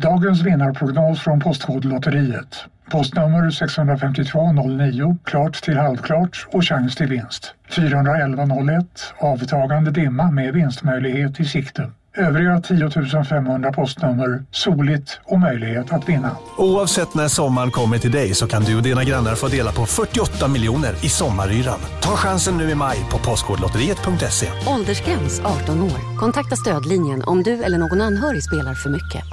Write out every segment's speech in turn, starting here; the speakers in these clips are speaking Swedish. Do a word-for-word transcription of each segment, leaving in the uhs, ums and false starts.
Dagens vinnarprognos från Postkodlotteriet. Postnummer sex fem två noll nio, klart till halvklart och chans till vinst. fyra ett ett noll ett, avtagande dimma med vinstmöjlighet i sikte. Övriga tio tusen femhundra postnummer, soligt och möjlighet att vinna. Oavsett när sommaren kommer till dig så kan du och dina grannar få dela på fyrtioåtta miljoner i sommaryran. Ta chansen nu i maj på postkodlotteriet punkt se. Åldersgräns arton år. Kontakta stödlinjen om du eller någon anhörig spelar för mycket.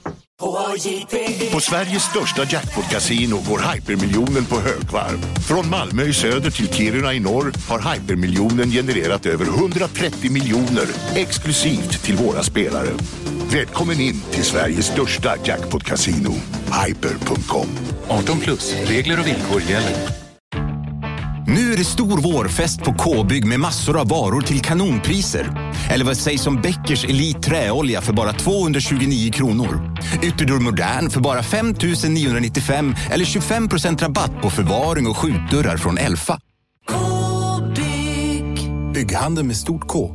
På Sveriges största jackpot-casino går hypermiljonen på högvarv. Från Malmö i söder till Kiruna i norr har hypermiljonen genererat över hundratrettio miljoner exklusivt till våra spelare. Välkommen in till Sveriges största jackpot-casino, hyper punkt com. arton plus, regler och villkor gäller. Nu är det stor vårfest på K-bygg med massor av varor till kanonpriser. Eller vad sägs om Bäckers Elite träolja för bara tvåhundratjugonio kronor. Ytterdörr Modern för bara fem tusen niohundranittiofem eller tjugofem procent rabatt på förvaring och skjutdörrar från Elfa. K-bygg. Bygghandel med stort K.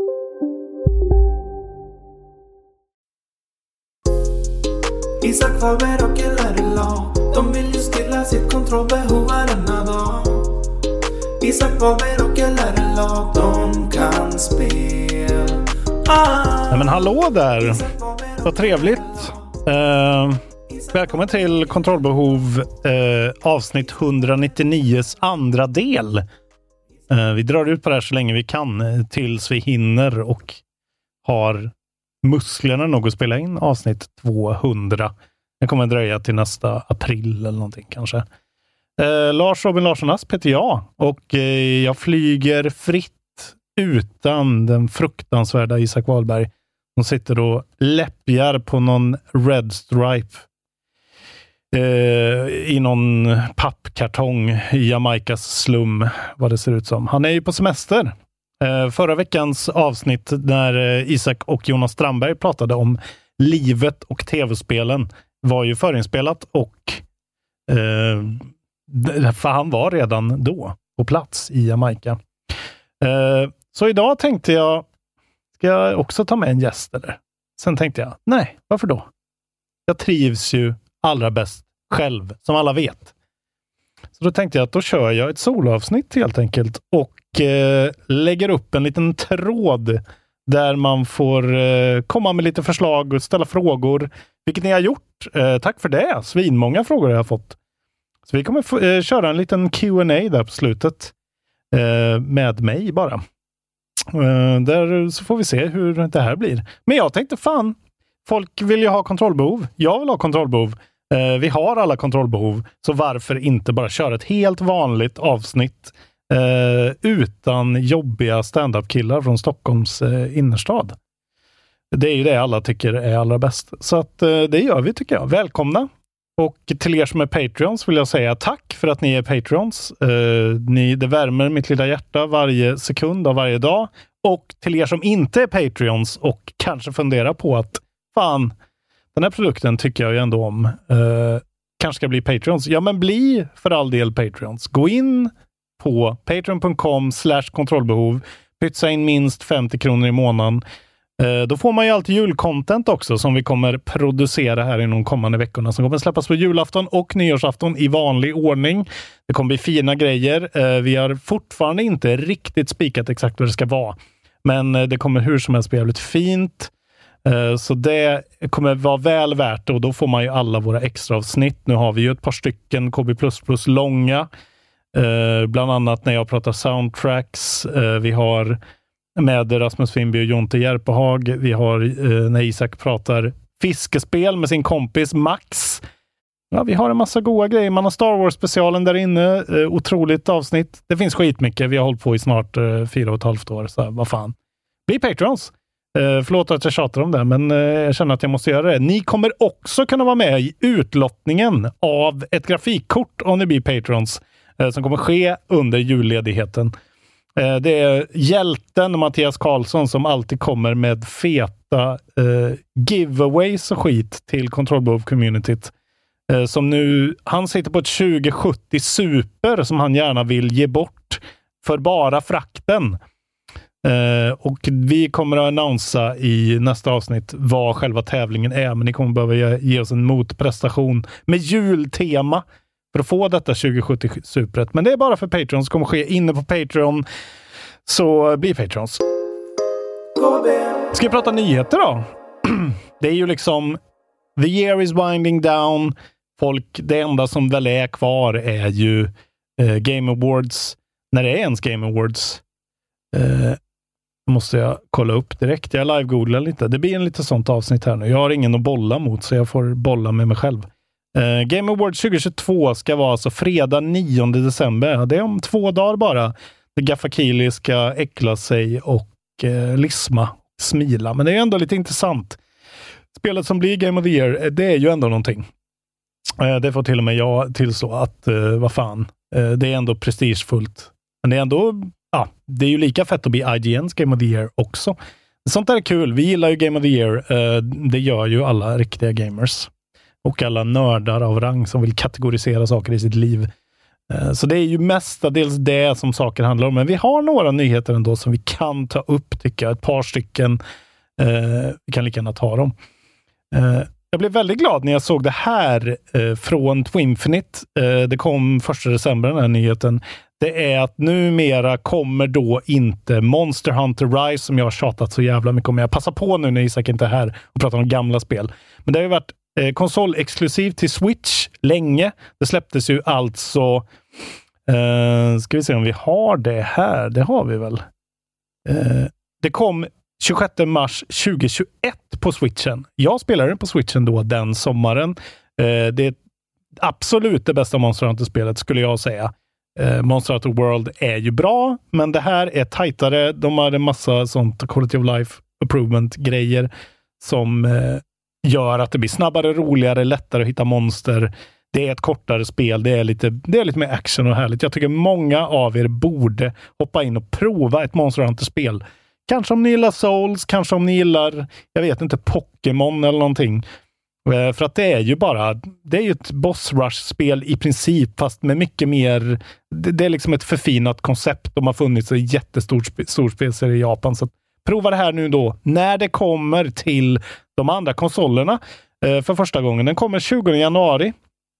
Isak Faber och Ellerila, de vill ju stilla sitt kontrollbehov varenda dag. Isak Faber och Ellerila, de kan spela. Ah. Nej, men hallå där. Vad trevligt. Uh, välkommen till Kontrollbehov uh, avsnitt etthundranittionio:s andra del. Uh, vi drar ut på det här så länge vi kan tills vi hinner och har musklerna nog att spela in avsnitt tvåhundra. Det kommer att dröja till nästa april eller någonting kanske. Eh, Lars Robin Larsson Asp heter jag och eh, jag flyger fritt utan den fruktansvärda Isak Wahlberg som sitter och läppjar på någon Red Stripe eh, i någon pappkartong i Jamaikas slum, vad det ser ut som. Han är ju på semester. Eh, förra veckans avsnitt när eh, Isak och Jonas Strandberg pratade om livet och tv-spelen var ju förinspelat och eh, för han var redan då på plats i Jamaica. Eh, så idag tänkte jag, ska jag också ta med en gäst eller? Sen tänkte jag, nej, varför då? Jag trivs ju allra bäst själv, som alla vet. Så då tänkte jag att då kör jag ett soloavsnitt helt enkelt och eh, lägger upp en liten tråd där man får eh, komma med lite förslag och ställa frågor, vilket ni har gjort. Eh, tack för det. Svinmånga frågor jag har fått. Så vi kommer få, eh, köra en liten Q and A där på slutet eh, med mig bara. Eh, där så får vi se hur det här blir. Men jag tänkte fan, folk vill ju ha kontrollbehov. Jag vill ha kontrollbehov. Eh, vi har alla kontrollbehov. Så varför inte bara köra ett helt vanligt avsnitt eh, utan jobbiga stand-up-killar från Stockholms eh, innerstad. Det är ju det alla tycker är allra bäst. Så att eh, det gör vi tycker jag. Välkomna! Och till er som är Patreons vill jag säga tack för att ni är Patreons. Eh, ni, det värmer mitt lilla hjärta varje sekund av varje dag. Och till er som inte är Patreons och kanske funderar på att fan, den här produkten tycker jag ju ändå om. Eh, kanske ska bli Patreons. Ja, men bli för all del Patreons. Gå in på patreon punkt com slash kontrollbehov. Pytsa in minst femtio kronor i månaden. Eh, då får man ju alltid julcontent också som vi kommer producera här i de kommande veckorna. Som kommer släppas på julafton och nyårsafton i vanlig ordning. Det kommer bli fina grejer. Eh, vi har fortfarande inte riktigt spikat exakt vad det ska vara. Men eh, det kommer hur som helst bli jävligt fint. Uh, så det kommer vara väl värt och då får man ju alla våra extra avsnitt. Nu har vi ju ett par stycken K B plus plus långa. Uh, bland annat när jag pratar soundtracks. Uh, vi har med Rasmus Finnby och Jonte Järpehag. Vi har uh, när Isak pratar fiskespel med sin kompis Max. Ja, vi har en massa goda grejer. Man har Star Wars-specialen där inne. Uh, otroligt avsnitt. Det finns skitmycket. Vi har hållit på i snart uh, fyra och ett halvt år. Så vad fan. Bli Patrons! Uh, förlåt att jag tjatar om det, men uh, jag känner att jag måste göra det. Ni kommer också kunna vara med i utlottningen av ett grafikkort om ni blir Patrons uh, som kommer ske under julledigheten. Uh, det är hjälten Mattias Karlsson som alltid kommer med feta uh, giveaways och skit till kontrollbehov-communityt. Uh, som nu, han sitter på ett tjugo sjuttio Super som han gärna vill ge bort för bara frakten. Uh, och vi kommer att annonsa i nästa avsnitt vad själva tävlingen är, men ni kommer behöva ge, ge oss en motprestation med jultema för att få detta tjugo sjuttio Supret. Men det är bara för Patreons, kommer ske inne på Patreon, så bli Patreons. Ska vi prata nyheter då? Det är ju liksom the year is winding down. Folk, det enda som väl är kvar är ju uh, Game Awards. När det är ens Game Awards uh, måste jag kolla upp direkt. Jag live-googlar lite. Det blir en lite sånt avsnitt här nu. Jag har ingen att bolla mot, så jag får bolla med mig själv. Uh, Game Awards tjugo tjugotvå ska vara alltså fredag nionde december. Det är om två dagar bara. Gafakili ska äckla sig och uh, lisma, smila. Men det är ändå lite intressant. Spelet som blir Game of the Year, det är ju ändå någonting. Uh, det får till och med jag tillstå att, uh, vad fan, uh, det är ändå prestigefullt. Men det är ändå, ja, det är ju lika fett att bli I G N's Game of the Year också. Sånt där är kul. Vi gillar ju Game of the Year. Uh, det gör ju alla riktiga gamers. Och alla nördar av rang som vill kategorisera saker i sitt liv. Uh, så det är ju mestadels det som saker handlar om. Men vi har några nyheter ändå som vi kan ta upp, tycker jag. Ett par stycken. Uh, vi kan lika gärna ta dem. Uh, jag blev väldigt glad när jag såg det här uh, från Twinfinite. Uh, det kom första december, den här nyheten. Det är att numera kommer då inte Monster Hunter Rise, som jag har tjatat så jävla mycket om. Jag passar på nu när Isak inte är här och pratar om gamla spel. Men det har ju varit eh, konsolexklusivt till Switch länge. Det släpptes ju alltså... Eh, ska vi se om vi har det här. Det har vi väl. Eh, det kom tjugosjätte mars tjugohundratjugoett på Switchen. Jag spelade den på Switchen då den sommaren. Eh, det är absolut det bästa Monster Hunter-spelet, skulle jag säga. Uh, Monster Hunter World är ju bra, men det här är tajtare. De har en massa sånt quality of life improvement-grejer som uh, gör att det blir snabbare, roligare, lättare att hitta monster. Det är ett kortare spel. Det är lite, det är lite mer action och härligt. Jag tycker många av er borde hoppa in och prova ett Monster Hunter-spel. Kanske om ni gillar Souls, kanske om ni gillar, jag vet inte, Pokémon eller någonting. För att det är ju bara, det är ju ett boss rush-spel i princip, fast med mycket mer, det, det är liksom ett förfinat koncept. De har funnits i jättestort sp- storspelserie i Japan. Så prova det här nu då, när det kommer till de andra konsolerna eh, för första gången. Den kommer tjugonde januari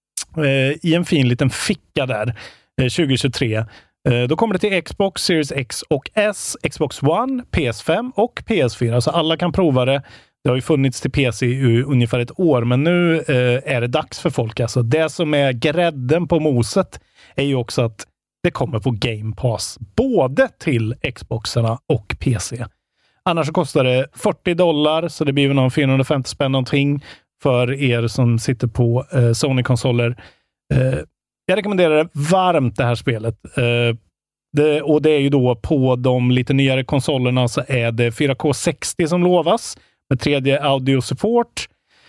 eh, i en fin liten ficka där, eh, tjugo tjugotre. Eh, då kommer det till Xbox Series X och S, Xbox One, P S fem och P S fyra. Så alla kan prova det. Det har ju funnits till P C i ungefär ett år, men nu eh, är det dags för folk. Alltså, det som är grädden på moset är ju också att det kommer på Game Pass. Både till Xboxarna och P C. Annars så kostar det fyrtio dollar, så det blir väl någon fyrahundrafemtio spänn någonting för er som sitter på eh, Sony-konsoler. Eh, jag rekommenderar det varmt, det här spelet. Eh, det, och det är ju då på de lite nyare konsolerna så är det fyra K sextio som lovas. Med tredje audio support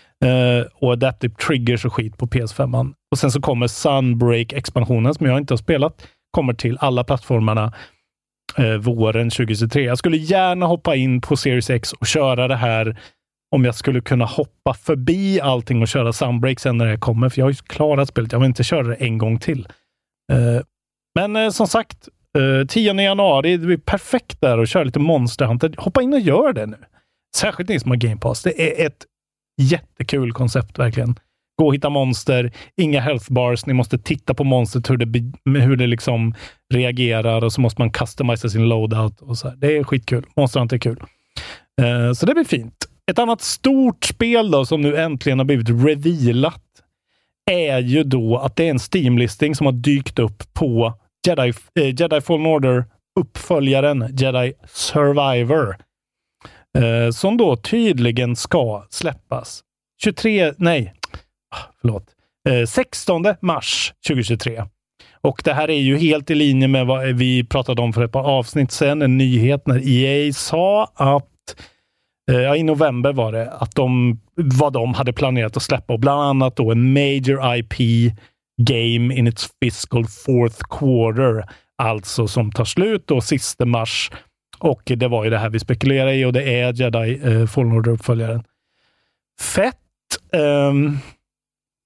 eh, och adaptive triggers och skit på P S fem. Och sen så kommer Sunbreak-expansionen som jag inte har spelat. Kommer till alla plattformarna eh, våren tjugo tjugotre. Jag skulle gärna hoppa in på Series X och köra det här om jag skulle kunna hoppa förbi allting och köra Sunbreak sen när det kommer. För jag har ju klarat spelet. Jag vill inte köra det en gång till. Eh, men eh, som sagt, eh, tionde januari, det blir perfekt där att köra lite Monster Hunter. Hoppa in och gör det nu. Särskilt ni som har Game Pass. Det är ett jättekul koncept, verkligen. Gå och hitta monster, inga health bars. Ni måste titta på monstret, hur det, hur det liksom reagerar, och så måste man customisa sin loadout. Och så här. Det är skitkul. Monster Hunter är kul. Uh, så det blir fint. Ett annat stort spel då, som nu äntligen har blivit revealat, är ju då att det är en Steam-listing som har dykt upp på Jedi, eh, Jedi Fallen Order, uppföljaren Jedi Survivor. Eh, som då tydligen ska släppas tjugotre, nej, förlåt, eh, sextonde mars tjugo tjugotre. Och det här är ju helt i linje med vad vi pratade om för ett par avsnitt sedan. En nyhet när E A sa att eh, ja, i november var det att de, vad de hade planerat att släppa, och bland annat då en major I P game in its fiscal fourth quarter, alltså som tar slut då sista mars. Och det var ju det här vi spekulerade i, och det är Jedi uh, Fallen Order-uppföljaren. Fett! Um,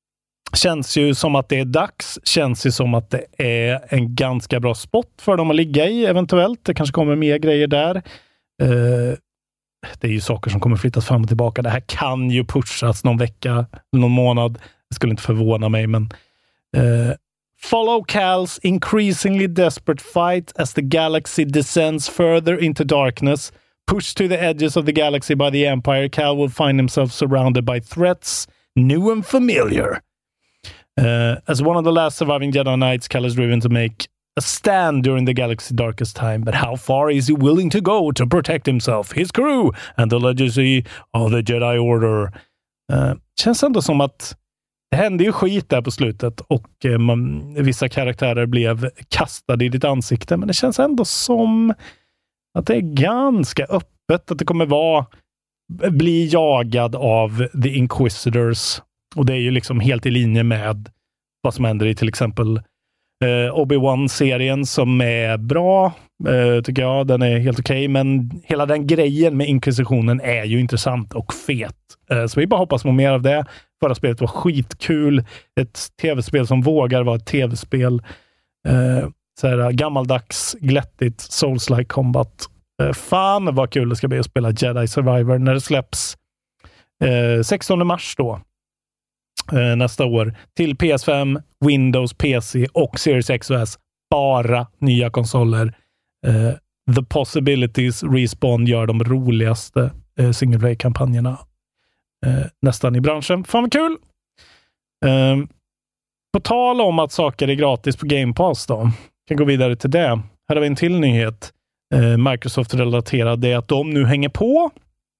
Känns ju som att det är dags. Känns ju som att det är en ganska bra spot för dem att ligga i eventuellt. Det kanske kommer mer grejer där. Uh, det är ju saker som kommer flyttas fram och tillbaka. Det här kan ju pushas någon vecka, någon månad. Det skulle inte förvåna mig, men uh, follow Cal's increasingly desperate fight as the galaxy descends further into darkness. Pushed to the edges of the galaxy by the Empire, Cal will find himself surrounded by threats, new and familiar. Uh, as one of the last surviving Jedi Knights, Cal is driven to make a stand during the galaxy's darkest time. But how far is he willing to go to protect himself, his crew, and the legacy of the Jedi Order? Uh, känns ändå som att det hände ju skit där på slutet och uh, man, vissa karaktärer blev kastade i ditt ansikte. Men det känns ändå som att det är ganska öppet att det kommer vara bli jagad av The Inquisitors. Och det är ju liksom helt i linje med vad som händer i till exempel eh, Obi-Wan-serien som är bra, eh, tycker jag. Den är helt okej, okay, men hela den grejen med inkvisitionen är ju intressant och fet. Eh, så vi bara hoppas på mer av det. Förra spelet var skitkul. Ett tv-spel som vågar vara ett tv-spel. Eh, så här, gammaldags, glättigt, Souls-like combat. Eh, fan vad kul det ska bli att spela Jedi Survivor när det släpps eh, sextonde mars då. Eh, nästa år till P S fem, Windows, P C och Series X och S. Bara nya konsoler. Eh, the Possibilities Respawn gör de roligaste eh, single play-kampanjerna eh, nästan i branschen. Fan vad kul! Eh, på tal om att saker är gratis på Game Pass då. Kan gå vidare till det. Här har vi en till nyhet. Eh, Microsoft-relaterad. Det är att de nu hänger på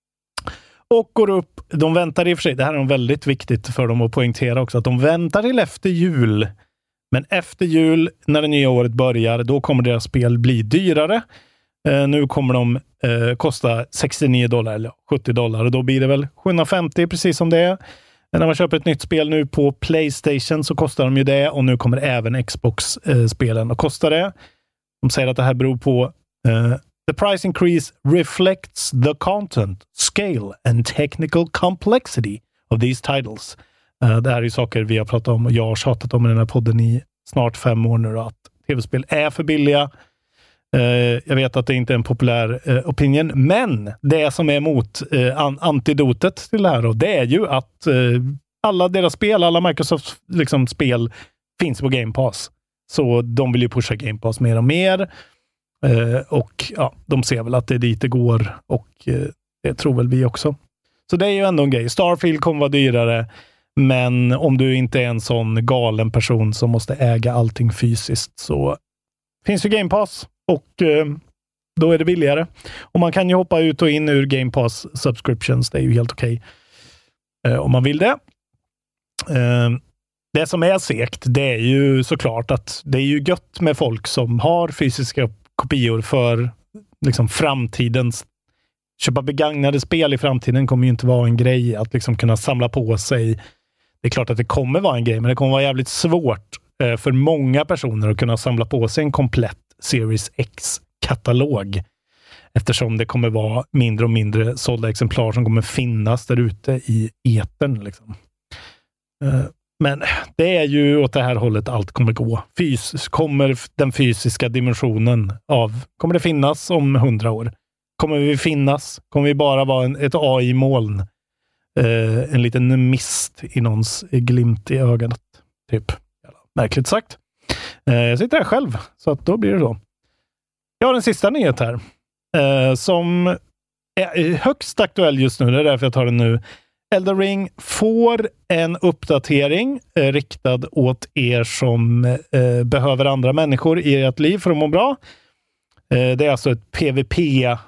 och går upp. De väntar i och för sig, det här är väldigt viktigt för dem att poängtera också, att de väntar till efter jul. Men efter jul, när det nya året börjar, då kommer deras spel bli dyrare. Eh, nu kommer de eh, kosta sextionio dollar eller sjuttio dollar och då blir det väl sjuhundrafemtio precis som det är. Men när man köper ett nytt spel nu på PlayStation så kostar de ju det och nu kommer även Xbox-spelen att kosta det. De säger att det här beror på uh, the price increase reflects the content, scale and technical complexity of these titles. Uh, det här är ju saker vi har pratat om och jag har tjatat om i den här podden i snart fem år nu, att tv-spel är för billiga. Uh, jag vet att det inte är en populär uh, opinion, men det som är mot uh, an- antidotet till det här då, det är ju att uh, alla deras spel, alla Microsoft liksom, spel finns på Game Pass. Så de vill ju pusha Game Pass mer och mer. Uh, och ja, de ser väl att det är dit det går och uh, det tror väl vi också. Så det är ju ändå en grej. Starfield kommer vara dyrare, men om du inte är en sån galen person som måste äga allting fysiskt så finns ju Game Pass. Och eh, då är det billigare. Och man kan ju hoppa ut och in ur Game Pass subscriptions. Det är ju helt okej. Okay. Eh, om man vill det. Eh, det som är segt, det är ju såklart att det är ju gött med folk som har fysiska kopior för liksom framtidens. Köpa begagnade spel i framtiden kommer ju inte vara en grej att liksom kunna samla på sig. Det är klart att det kommer vara en grej, men det kommer vara jävligt svårt eh, för många personer att kunna samla på sig en komplett Series X-katalog. Eftersom det kommer vara mindre och mindre sålda exemplar som kommer finnas där ute i etern. Liksom. Uh, men det är ju åt det här hållet allt kommer gå. Fys- kommer den fysiska dimensionen av, kommer det finnas om hundra år? Kommer vi finnas? Kommer vi bara vara en, ett A I-moln? Uh, en liten mist i någons glimt i ögat. Typ. Märkligt sagt. Jag sitter här själv, så att då blir det så. Jag har en sista nyhet här. Eh, som är högst aktuell just nu. Det är därför jag tar den nu. Elden Ring får en uppdatering eh, riktad åt er som eh, behöver andra människor i ert liv för att må bra. Eh, det är alltså ett PvP eh,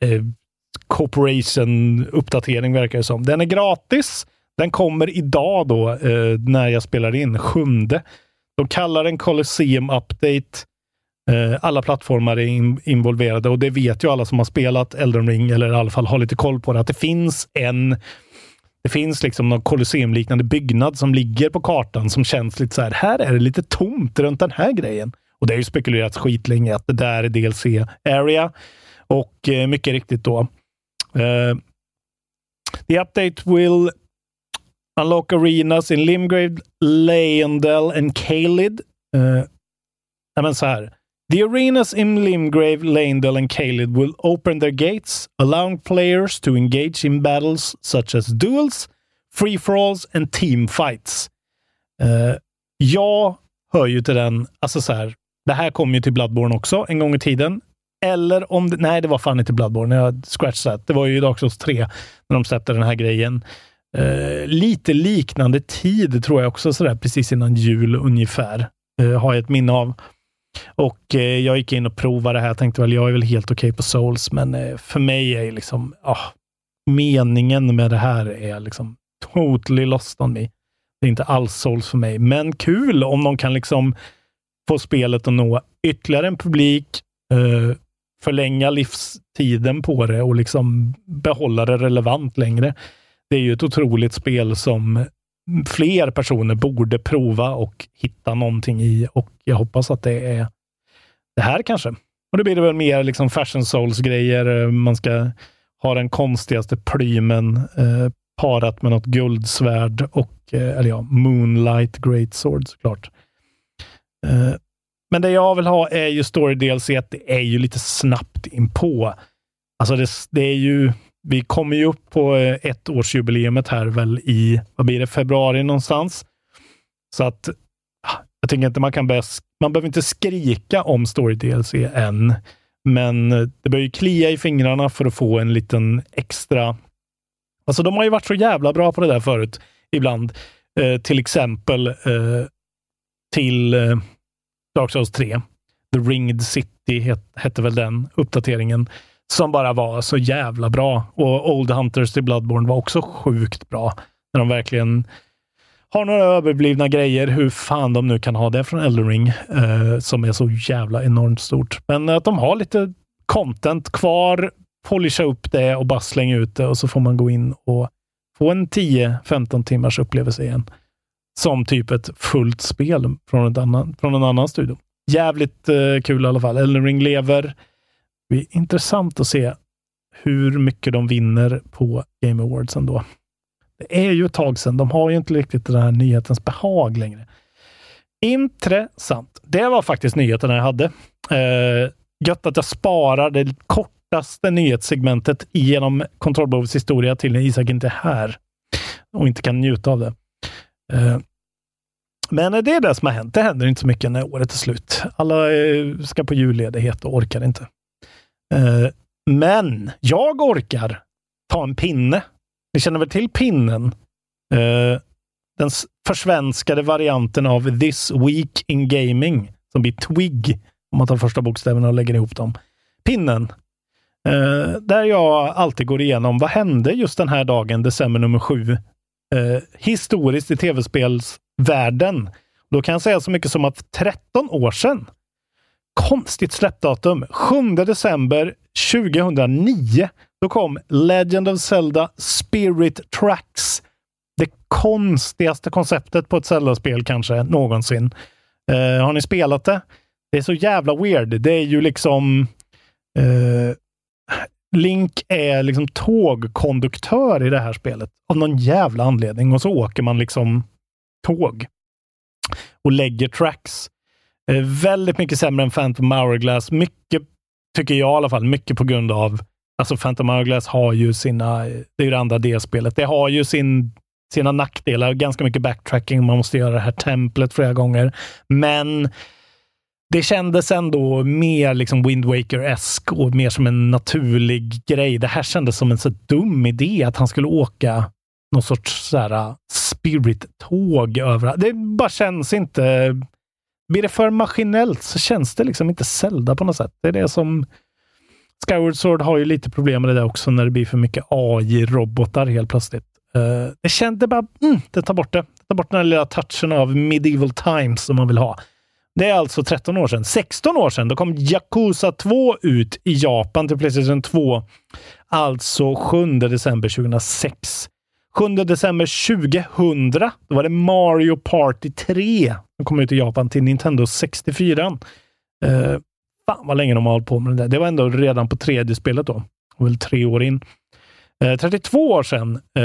Corporation-uppdatering verkar det som. Den är gratis. Den kommer idag då eh, när jag spelar in sjunde. De kallar den Colosseum Update. Uh, alla plattformar är in- involverade och det vet ju alla som har spelat Elden Ring eller i alla fall har lite koll på det, att det finns en det finns liksom någon Colosseum-liknande byggnad som ligger på kartan som känns lite så här, här är det lite tomt runt den här grejen. Och det är ju spekulerat skitlänge att det där är D L C-area och uh, mycket riktigt då. Uh, the update will Unlock arenas in Limgrave, Leyendell and Caelid. Uh, nej men så här. The arenas in Limgrave, Leyendell and Caelid will open their gates, allowing players to engage in battles such as duels, free-for-alls and team fights. Uh, jag hör ju till den, alltså så här, det här kom ju till Bloodborne också en gång i tiden. Eller om det, nej det var fan inte Bloodborne, jag scratchat. Det var ju Dark Souls tre när de släppte den här grejen. Uh, lite liknande tid tror jag också, sådär precis innan jul ungefär. Uh, har jag ett minne av. Och uh, jag gick in och provade det här. Jag tänkte väl, jag är väl helt okej okay på Souls, men uh, för mig är liksom, uh, meningen med det här är liksom totally lost on me. Det är inte alls Souls för mig, men kul om de kan liksom få spelet att nå ytterligare en publik, uh, förlänga livstiden på det och liksom behålla det relevant längre. Det är ju ett otroligt spel som fler personer borde prova och hitta någonting i, och jag hoppas att det är det här kanske. Och det blir det väl mer liksom Fashion Souls-grejer. Man ska ha den konstigaste plymen eh, parat med något guldsvärd och, eh, eller ja, Moonlight Great Sword såklart. Eh, men det jag vill ha är ju Story D L C. Det är ju lite snabbt in på. Alltså det, det är ju, vi kommer ju upp på ett årsjubileumet här väl i, vad blir det, februari någonstans. Så att jag tänker inte man kan börja, man behöver inte skrika om Story D L C än. Men det börjar ju klia i fingrarna för att få en liten extra. Alltså de har ju varit så jävla bra på det där förut ibland. Eh, till exempel eh, till eh, Dark Souls tre. The Ringed City het, hette väl den uppdateringen. Som bara var så jävla bra. Och Old Hunters till Bloodborne var också sjukt bra. När de verkligen har några överblivna grejer. Hur fan de nu kan ha det från Elden Ring. Eh, som är så jävla enormt stort. Men att de har lite content kvar. Polisha upp det och bara slänga ut det. Och så får man gå in och få en tio femton timmars upplevelse igen. Som typ ett fullt spel från, ett annan, från en annan studio. Jävligt eh, kul i alla fall. Elden Ring lever. Det är intressant att se hur mycket de vinner på Game Awards ändå. Det är ju ett tag sedan. De har ju inte riktigt den här nyhetens behag längre. Intressant. Det var faktiskt nyheten jag hade. Eh, gött att jag sparar det kortaste nyhetssegmentet genom Kontrollbehovets historia till när Isak inte är här. Och inte kan njuta av det. Eh, men det är det som har hänt. Det händer inte så mycket när året är slut. Alla eh, ska på julledighet och orkar inte. Uh, men jag orkar ta en pinne. Ni känner väl till pinnen? Uh, den försvenskade varianten av This Week in Gaming, som blir Twig om man tar första bokstäverna och lägger ihop dem. Pinnen. Uh, där jag alltid går igenom vad hände just den här dagen, december nummer sju. Uh, historiskt i tv-spelsvärlden. Då kan jag säga så mycket som att tretton år sedan, konstigt släppdatum, sjunde december tjugohundranio, då kom Legend of Zelda Spirit Tracks. Det konstigaste konceptet på ett Zelda-spel kanske någonsin. Uh, har ni spelat det? Det är så jävla weird. Det är ju liksom uh, Link är liksom tågkonduktör i det här spelet av någon jävla anledning, och så åker man liksom tåg och lägger tracks. Eh, väldigt mycket sämre än Phantom Hourglass. Mycket, tycker jag i alla fall, mycket på grund av, alltså Phantom Hourglass har ju sina, det är ju det andra delspelet, det har ju sin, sina nackdelar, ganska mycket backtracking, man måste göra det här templet flera gånger, men det kändes ändå mer liksom Wind Waker-esk och mer som en naturlig grej. Det här kändes som en så dum idé att han skulle åka någon sorts så här spirit-tåg över. Det bara känns inte. Blir det för maskinellt så känns det liksom inte Zelda på något sätt. Det är det som Skyward Sword har ju lite problem med det där också, när det blir för mycket A I-robotar helt plötsligt. Uh, det kände bara, mm, det tar bort det. Det tar bort den här lilla touchen av medieval times som man vill ha. Det är alltså tretton år sedan. sexton år sedan, då kom Yakuza två ut i Japan till PlayStation två. Alltså sjunde december tjugohundrasex. sjunde december tjugohundra, då var det Mario Party tre. De kom ut i Japan till Nintendo sextiofyra. Uh, fan vad länge de har hållit på med det där. Det var ändå redan på tredje spelet då. Och väl tre år in. Uh, trettiotvå år sedan uh,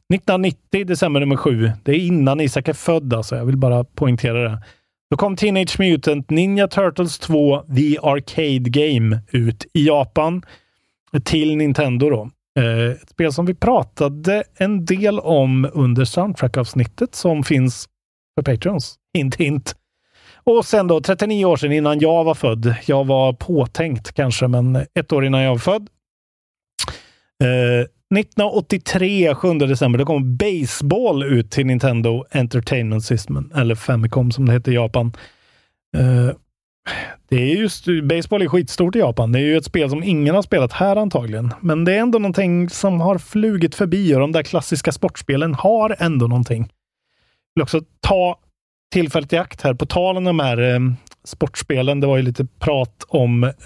nittonhundranittio, december nummer sju. Det är innan Isak är född, alltså. Jag vill bara poängtera det. Då kom Teenage Mutant Ninja Turtles två The Arcade Game ut i Japan till Nintendo då. Eh, ett spel som vi pratade en del om under soundtrack-avsnittet som finns för Patreons. Hint, hint. Och sen då, trettionio år sedan innan jag var född. Jag var påtänkt kanske, men ett år innan jag var född. Eh, nittonhundraåttiotre, sjunde december, då kom Baseball ut till Nintendo Entertainment System, eller Famicom som det heter i Japan. Uh, det är just, baseball är skitstort i Japan. Det är ju ett spel som ingen har spelat här antagligen. Men det är ändå någonting som har flugit förbi, och de där klassiska sportspelen har ändå någonting. Jag vill också ta tillfället i akt här, på tal om de här eh, sportspelen. Det var ju lite prat om eh,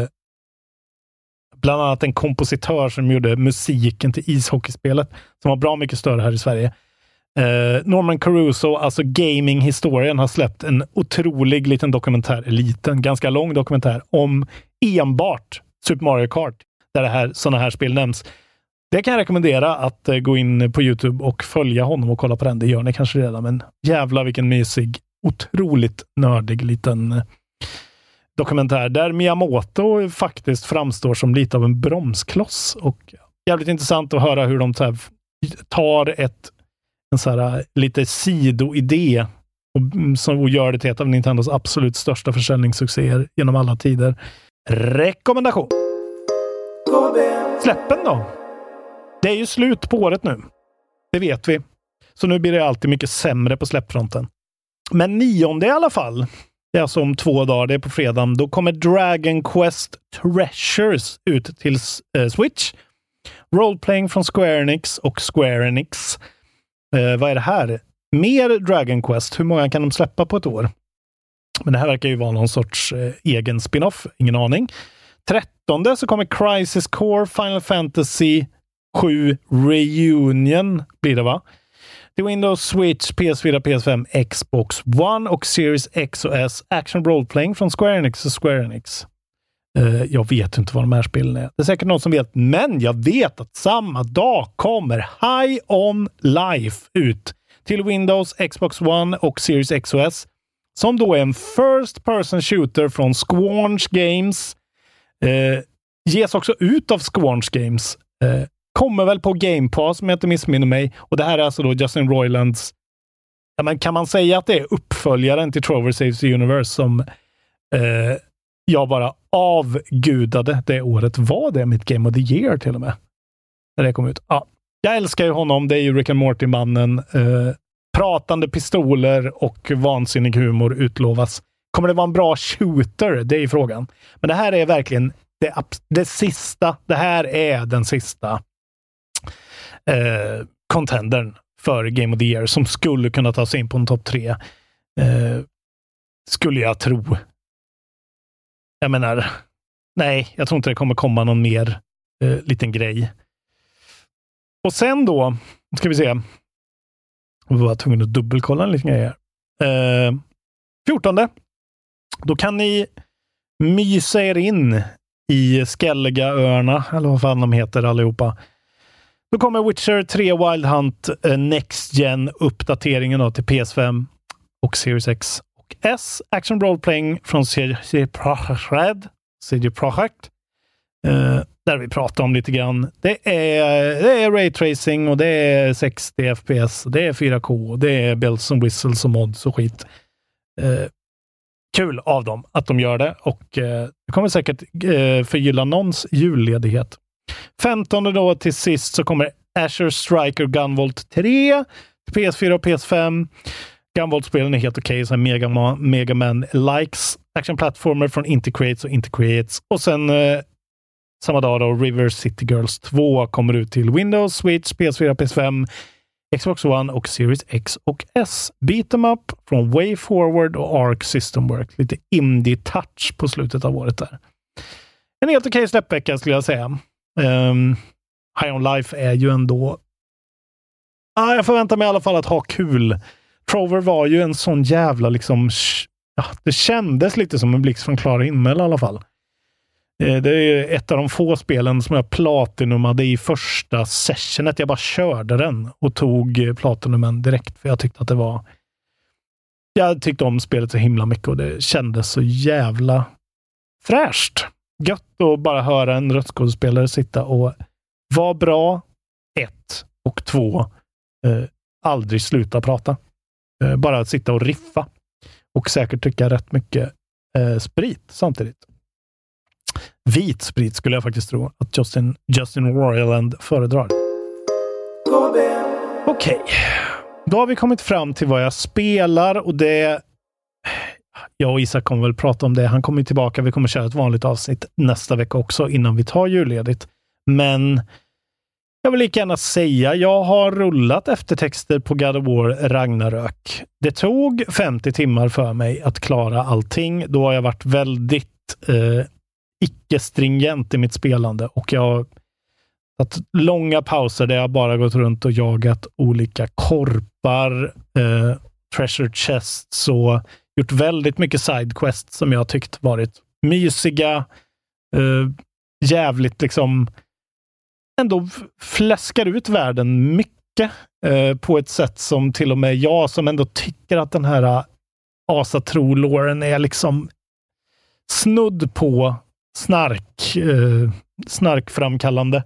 bland annat en kompositör som gjorde musiken till ishockeyspelet som var bra mycket större här i Sverige. Eh, Norman Caruso, alltså gaming-historien, har släppt en otrolig liten dokumentär, liten, ganska lång dokumentär om enbart Super Mario Kart, där det här, sådana här spel nämns. Det kan jag rekommendera att eh, gå in på YouTube och följa honom och kolla på den. Det gör ni kanske redan, men jävla vilken mysig, otroligt nördig liten eh, dokumentär där Miyamoto faktiskt framstår som lite av en bromskloss, och jävligt intressant att höra hur de så här, tar ett en så här, lite sidoidé och, som, och gör det till ett av Nintendos absolut största försäljningssuccéer genom alla tider. Rekommendation. Släppen då? Det är ju slut på året nu. Det vet vi. Så nu blir det alltid mycket sämre på släppfronten. Men nionde i alla fall, det är alltså om två dagar, det är på fredagen, då kommer Dragon Quest Treasures ut till eh, Switch. Roleplaying från Square Enix och Square Enix. Eh, vad är det här? Mer Dragon Quest. Hur många kan de släppa på ett år? Men det här verkar ju vara någon sorts eh, egen spin-off. Ingen aning. trettonde så kommer Crisis Core Final Fantasy sju Reunion blir det, va? Till Windows, Switch, P S fyra, P S fem, Xbox One och Series X och S. Action Roleplaying från Square Enix och Square Enix. Uh, jag vet inte vad de här spelen är. Det är säkert någon som vet, men jag vet att samma dag kommer High on Life ut till Windows, Xbox One och Series X och S, som då är en first person shooter från Squanch Games. Uh, ges också ut av Squanch Games. Uh, kommer väl på Game Pass, om jag inte missminner mig. Och det här är alltså då Justin Roilands, ja, men kan man säga att det är uppföljaren till Trover Saves the Universe som uh, jag bara avgudade det året. Var det mitt Game of the Year till och med? När det kom ut. Ja, jag älskar ju honom. Det är ju Rick and Morty-mannen. Eh, pratande pistoler och vansinnig humor utlovas. Kommer det vara en bra shooter? Det är frågan. Men det här är verkligen det, det sista. Det här är den sista eh, contendern för Game of the Year som skulle kunna ta sig in på en topp tre. Eh, skulle jag tro. Jag menar, nej, jag tror inte det kommer komma någon mer eh, liten grej. Och sen då, ska vi se. Jag var tvungen att dubbelkolla en liten grej här. Eh, fjortonde. Då kan ni mysa er in i Skelligaöarna, eller vad fan de heter allihopa. Då kommer Witcher tre Wild Hunt eh, Next Gen uppdateringen då till P S fem och Series X. S, Action Roleplaying från C D Projekt, C D Projekt, uh, där vi pratar om lite grann. Det är, det är Ray Tracing och det är sextio F P S, det är fyra K, det är bells and whistles och mods och skit. Uh, kul av dem att de gör det, och uh, det kommer säkert uh, förgylla någons julledighet. femtonde då till sist så kommer Azure Striker Gunvolt tre till P S fyra och P S fem. Gunvolt-spelen är helt okej, okay, så Mega Man, Mega Man likes action-plattformer från Inti Creates och Inti Creates. Och sen eh, samma dag då, River City Girls två kommer ut till Windows, Switch, P S fyra, P S fem, Xbox One och Series X och S. Beat 'em up från Way Forward och Arc System Works. Lite indie-touch på slutet av året där. En helt okej okay släppvecka skulle jag säga. Um, High on Life är ju ändå... Ah, jag förväntar mig i alla fall att ha kul. Trover var ju en sån jävla liksom, ja, det kändes lite som en blixt från klara himmel i alla fall. Det är ett av de få spelen som jag platinumade i första sessionet. Jag bara körde den och tog platinumen direkt för jag tyckte att det var... Jag tyckte om spelet så himla mycket och det kändes så jävla fräscht. Gött att bara höra en röstskådespelare sitta och vara bra, ett, och två, eh, aldrig sluta prata. Eh, bara sitta och riffa. Och säkert tycka rätt mycket eh, sprit samtidigt. Vit sprit skulle jag faktiskt tro att Justin, Justin Roiland föredrar. Okej. Okay. Då har vi kommit fram till vad jag spelar och det... Jag och Isak kommer väl prata om det. Han kommer tillbaka. Vi kommer köra ett vanligt avsnitt nästa vecka också innan vi tar julledigt. Men jag vill lika gärna säga jag har rullat eftertexter på God of War Ragnarök. Det tog femtio timmar för mig att klara allting. Då har jag varit väldigt eh, icke-stringent i mitt spelande och jag har tagit långa pauser där jag bara gått runt och jagat olika korpar, eh, treasure chests och gjort väldigt mycket sidequests som jag tyckt varit mysiga, eh, jävligt liksom ändå fläskar ut världen mycket eh, på ett sätt som till och med jag som ändå tycker att den här Asatro-låren är liksom snudd på snark eh, snarkframkallande.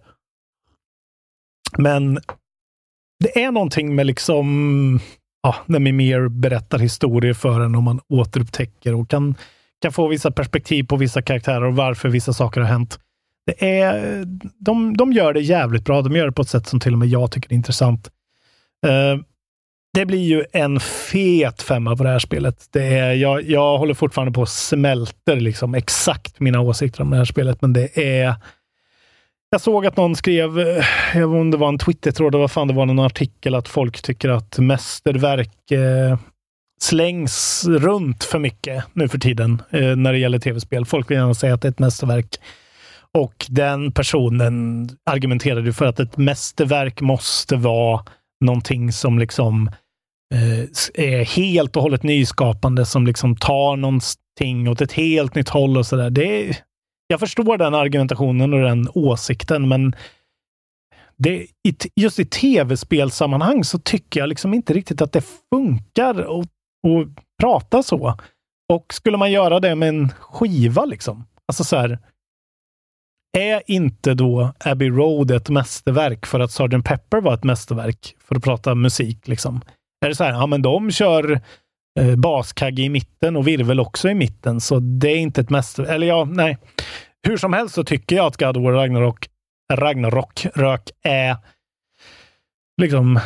Men det är någonting med liksom ja, när Mimir berättar historier för en och man återupptäcker och kan, kan få vissa perspektiv på vissa karaktärer och varför vissa saker har hänt. Det är, de, de gör det jävligt bra. De gör det på ett sätt som till och med jag tycker är intressant. Uh, det blir ju en fet femma på det här spelet. Det är, jag, jag håller fortfarande på att smälter liksom exakt mina åsikter om det här spelet, men det är... Jag såg att någon skrev, jag vet inte om det var en Twitter-tråd, vad fan det var någon artikel, att folk tycker att mästerverk eh, slängs runt för mycket nu för tiden eh, när det gäller tv-spel. Folk vill gärna säga att det är ett mästerverk. Och den personen argumenterade för att ett mästerverk måste vara någonting som liksom eh, är helt och hållet nyskapande, som liksom tar någonting åt ett helt nytt håll och sådär. Det är, jag förstår den argumentationen och den åsikten, men det, just i tv-spelsammanhang så tycker jag liksom inte riktigt att det funkar att, att prata så. Och skulle man göra det med en skiva liksom, alltså så här, är inte då Abbey Road ett mästerverk för att sergeant Pepper var ett mästerverk för att prata musik liksom? Är det så här, ja men de kör eh, baskagge i mitten och virvel också i mitten, så det är inte ett mästerverk. Eller ja, nej. Hur som helst så tycker jag att God of War Ragnarok Ragnarok rök är liksom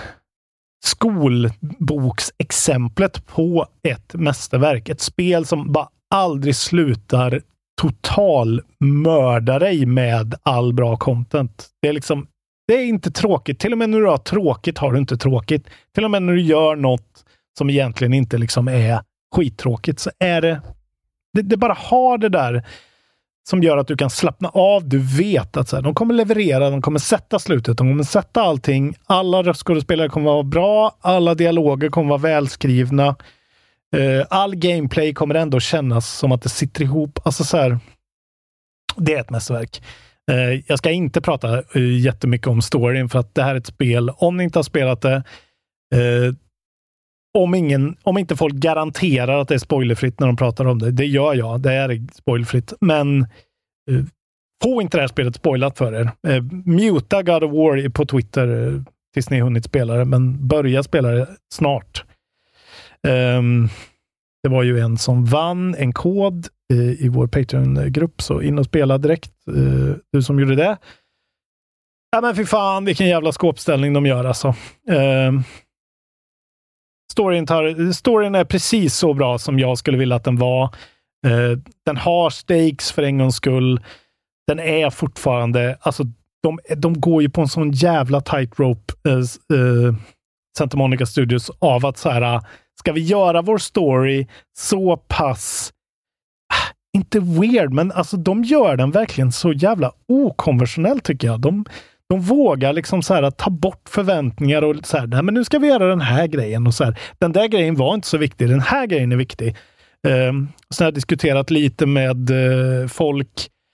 skolboksexemplet på ett mästerverk. Ett spel som bara aldrig slutar total mörda dig med all bra content. Det är liksom, det är inte tråkigt. Till och med när du har tråkigt har du inte tråkigt. Till och med när du gör något som egentligen inte liksom är skittråkigt, så är det, det, det bara har det där som gör att du kan slappna av. Du vet att så här, de kommer leverera, de kommer sätta slutet, de kommer sätta allting. Alla röstskådespelare kommer vara bra, alla dialoger kommer vara välskrivna. Uh, all gameplay kommer ändå kännas som att det sitter ihop. Alltså så här, det är ett mästerverk. Uh, jag ska inte prata uh, jättemycket om storyn, för att det här är ett spel, om ni inte har spelat det, uh, om, ingen, om inte folk garanterar att det är spoilerfritt när de pratar om det, det gör jag, det är spoilerfritt, men uh, få inte det här spelet spoilat för er. Uh, muta God of War på Twitter uh, tills ni hunnit spela det, men börja spela det snart. Um, det var ju en som vann en kod uh, i vår Patreon-grupp, så in och spela direkt, uh, du som gjorde det. Ja men fy fan, vilken jävla skåpställning de gör alltså. Uh, storyn, tar, storyn är precis så bra som jag skulle vilja att den var. Uh, den har stakes för en gångs skull. Den är fortfarande, alltså de, de går ju på en sån jävla tightrope, uh, uh, Santa Monica Studios, av att så här, ska vi göra vår story så pass inte weird, men alltså de gör den verkligen så jävla okonventionell tycker jag. De, de vågar liksom så här ta bort förväntningar och så här, nej men nu ska vi göra den här grejen och så här, den där grejen var inte så viktig, den här grejen är viktig. Um, så jag har diskuterat lite med uh, folk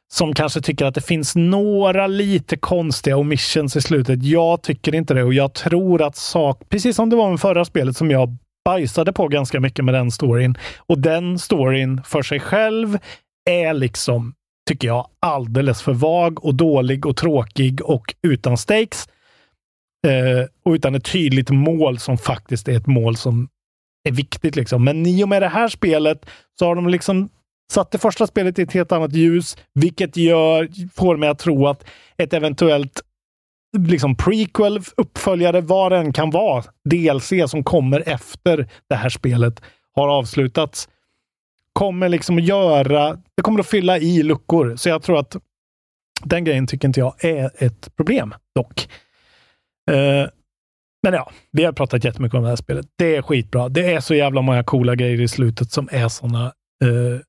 som kanske tycker att det finns några lite konstiga omissions i slutet. Jag tycker inte det, och jag tror att sak, precis som det var med förra spelet som jag bajsade på ganska mycket med den storyn, och den storyn för sig själv är liksom, tycker jag, alldeles för vag och dålig och tråkig och utan stakes eh, och utan ett tydligt mål som faktiskt är ett mål som är viktigt liksom. Men i och med det här spelet så har de liksom satt det första spelet i ett helt annat ljus, vilket gör, får mig att tro att ett eventuellt liksom prequel, uppföljare, vad den kan vara, D L C som kommer efter det här spelet har avslutats, kommer liksom att göra, det kommer att fylla i luckor. Så jag tror att den grejen tycker inte jag är ett problem dock. Uh, men ja, vi har pratat jättemycket om det här spelet. Det är skitbra. Det är så jävla många coola grejer i slutet som är såna uh,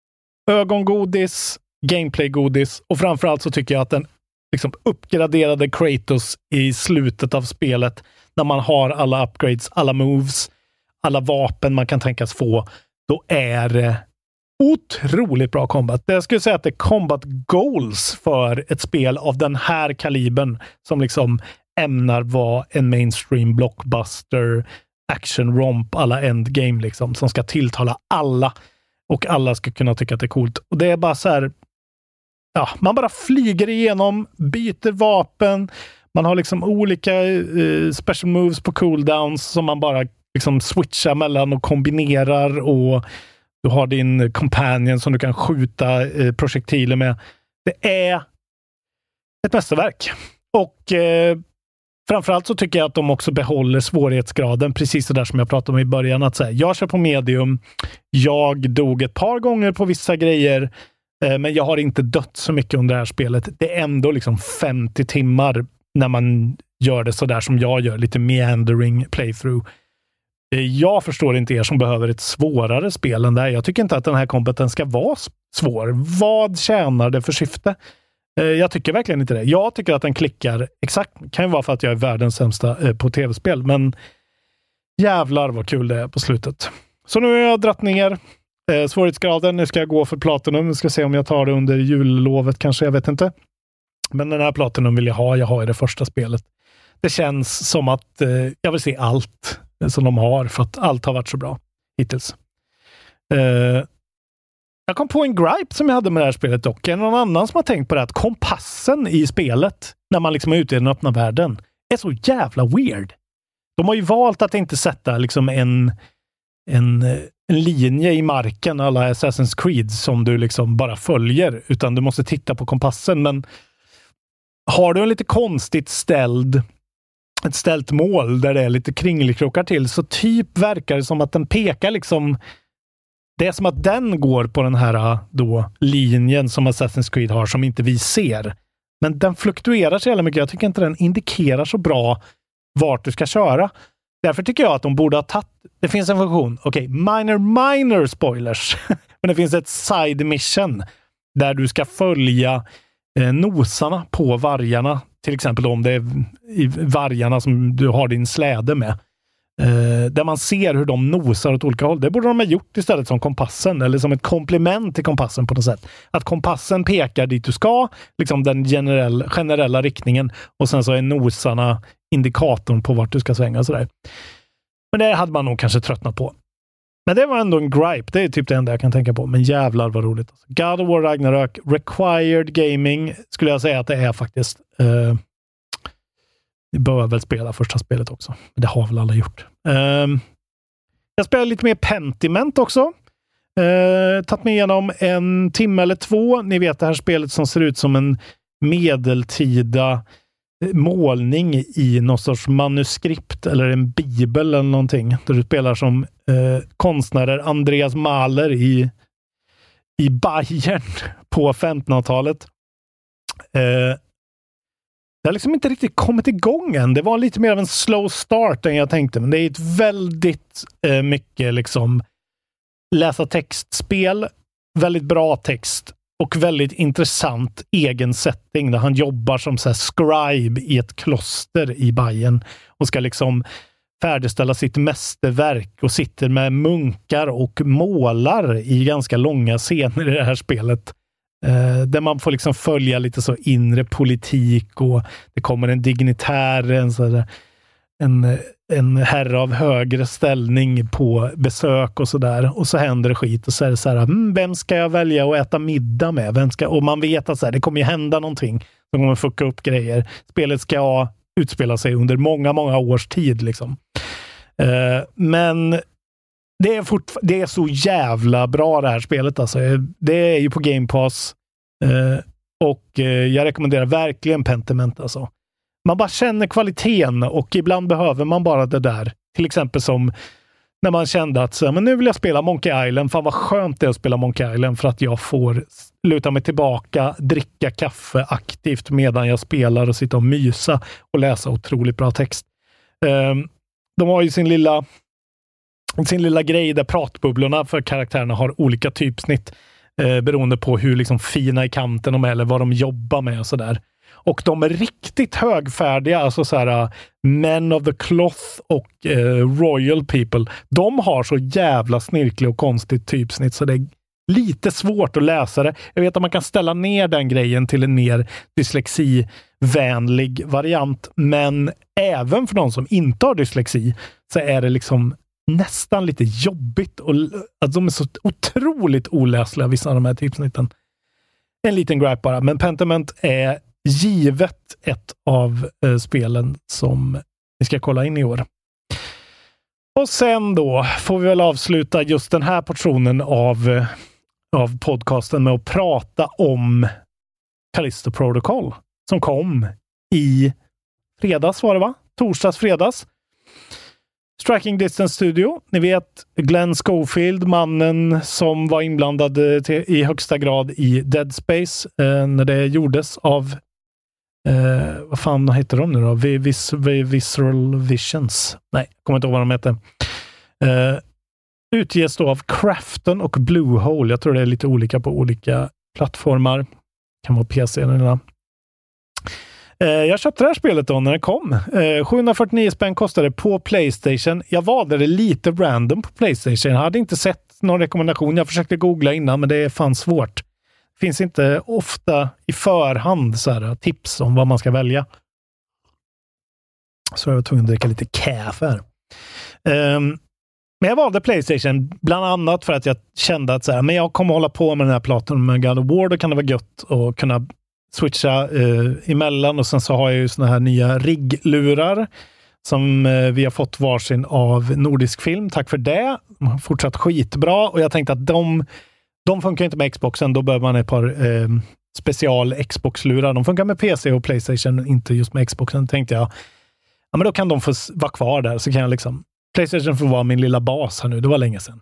ögongodis, gameplaygodis, och framförallt så tycker jag att den liksom uppgraderade Kratos i slutet av spelet, när man har alla upgrades, alla moves, alla vapen man kan tänkas få, då är det otroligt bra combat. Jag skulle säga att det är combat goals för ett spel av den här kalibern som liksom ämnar vara en mainstream blockbuster action romp alla endgame liksom, som ska tilltala alla och alla ska kunna tycka att det är coolt. Och det är bara så här, ja, man bara flyger igenom, byter vapen, man har liksom olika uh, special moves på cooldowns som man bara liksom switchar mellan och kombinerar, och du har din companion som du kan skjuta uh, projektiler med. Det är ett mästerverk. Och uh, framförallt så tycker jag att de också behåller svårighetsgraden, precis så där som jag pratade om i början, att säga, jag kör på medium, jag dog ett par gånger på vissa grejer, men jag har inte dött så mycket under det här spelet. Det är ändå liksom femtio timmar när man gör det så där som jag gör. Lite meandering playthrough. Jag förstår inte er som behöver ett svårare spel än det här. Jag tycker inte att den här kompeten ska vara svår. Vad tjänar det för syfte? Jag tycker verkligen inte det. Jag tycker att den klickar exakt. Kan ju vara för att jag är världens sämsta på tv-spel. Men jävlar vad kul det är på slutet. Så nu har jag dratt ner Eh, svårighetsgraden. Nu ska jag gå för Platinum. Nu ska se om jag tar det under jullovet kanske, jag vet inte. Men den här Platinum vill jag ha. Jag har i det första spelet. Det känns som att eh, jag vill se allt som de har, för att allt har varit så bra hittills. Eh, jag kom på en gripe som jag hade med det här spelet dock. Är det någon annan som har tänkt på det? Att kompassen i spelet, när man liksom är ute i den öppna världen, är så jävla weird. De har ju valt att inte sätta liksom en en en linje i marken alla Assassin's Creed som du liksom bara följer, utan du måste titta på kompassen. Men har du en lite konstigt ställd ett ställt mål där det är lite kringelkrokar till, så typ verkar det som att den pekar liksom, det är som att den går på den här då linjen som Assassin's Creed har som inte vi ser. Men den fluktuerar så jävla mycket. Jag tycker inte den indikerar så bra vart du ska köra. Därför tycker jag att de borde ha tagit... Det finns en funktion. Okej, okay, minor, minor spoilers. Men det finns ett side mission där du ska följa eh, nosarna på vargarna. Till exempel om det är i vargarna som du har din släde med. Eh, där man ser hur de nosar åt olika håll. Det borde de ha gjort istället som kompassen. Eller som ett komplement till kompassen på något sätt. Att kompassen pekar dit du ska. Liksom den generell, generella riktningen. Och sen så är nosarna indikatorn på vart du ska svänga och sådär. Men det hade man nog kanske tröttnat på. Men det var ändå en gripe. Det är typ det enda jag kan tänka på. Men jävlar vad roligt. God of War Ragnarök, required gaming, skulle jag säga att det är faktiskt. Uh, vi bör väl spela första spelet också. Men det har väl alla gjort. Uh, jag spelar lite mer Pentiment också. Uh, tagit mig igenom en timme eller två. Ni vet det här spelet som ser ut som en medeltida målning i någon sorts manuskript eller en bibel eller någonting. Där du spelar som eh, konstnärer Andreas Mahler i, i Bayern på femtonhundratalet. Eh, det har liksom inte riktigt kommit igång än. Det var lite mer av en slow start än jag tänkte. Men det är ett väldigt eh, mycket liksom läsa textspel. Väldigt bra text. Och väldigt intressant egen setting där han jobbar som så här scribe i ett kloster i Bayern och ska liksom färdigställa sitt mästerverk och sitter med munkar och målar i ganska långa scener i det här spelet. Eh, där man får liksom följa lite så inre politik och det kommer en dignitär, en, så där, en, en herre av högre ställning på besök och sådär. Och så händer det skit och så är det så här, mm, vem ska jag välja att äta middag med? Vem ska, och man vet att så här, det kommer ju hända någonting som kommer fucka upp grejer. Spelet ska utspela sig under många, många års tid liksom. Eh, men det är, fortfar- det är så jävla bra det här spelet alltså. Det är ju på Game Pass eh, och eh, jag rekommenderar verkligen Pentiment alltså. Man bara känner kvaliteten och ibland behöver man bara det där. Till exempel som när man kände att så, men nu vill jag spela Monkey Island. Fan vad skönt det är att spela Monkey Island för att jag får luta mig tillbaka, dricka kaffe aktivt medan jag spelar och sitta och mysa och läsa otroligt bra text. Eh, de har ju sin lilla sin lilla grej där pratbubblorna för karaktärerna har olika typsnitt eh, beroende på hur liksom fina i kanten de är eller vad de jobbar med och sådär. Och de är riktigt högfärdiga, alltså så här uh, Men of the Cloth och uh, Royal People. De har så jävla snirklig och konstigt typsnitt så det är lite svårt att läsa det. Jag vet att man kan ställa ner den grejen till en mer dyslexivänlig variant, men även för de som inte har dyslexi så är det liksom nästan lite jobbigt och att de är så otroligt oläsliga vissa av de här typsnitten. En liten gripe bara, men Pentiment är givet ett av eh, spelen som vi ska kolla in i år. Och sen då får vi väl avsluta just den här portionen av, eh, av podcasten med att prata om Callisto Protocol som kom i fredags var det va? Torsdags, fredags. Striking Distance Studio. Ni vet Glenn Schofield, mannen som var inblandad till, i högsta grad i Dead Space eh, när det gjordes av eh, vad fan heter de nu då? Vis, Visceral Visions. Nej, jag kommer inte ihåg vad de heter. Eh, utges då av Krafton och Bluehole. Jag tror det är lite olika på olika plattformar. Kan vara P C eller Jag köpte det här spelet då när det kom. Eh, sjuhundrafyrtionio spänn kostade på PlayStation. Jag valde det lite random på PlayStation. Jag hade inte sett någon rekommendation. Jag försökte googla innan, men det är fan svårt. Det finns inte ofta i förhand så här, tips om vad man ska välja. Så jag var tvungen att dricka lite kaffe här. Eh, men jag valde PlayStation bland annat för att jag kände att så här, men jag kommer hålla på med den här platen med God of War. Då kan det vara gött att kunna switcha eh, emellan och sen så har jag ju såna här nya rigglurar som eh, vi har fått varsin av Nordisk Film. Tack för det. Fortsatt skitbra och jag tänkte att de, de funkar inte med Xboxen. Då behöver man ett par eh, special Xbox-lurar. De funkar med P C och PlayStation, inte just med Xboxen. Tänkte jag, ja men då kan de få vara kvar där så kan jag liksom, PlayStation får vara min lilla bas här nu. Det var länge sedan.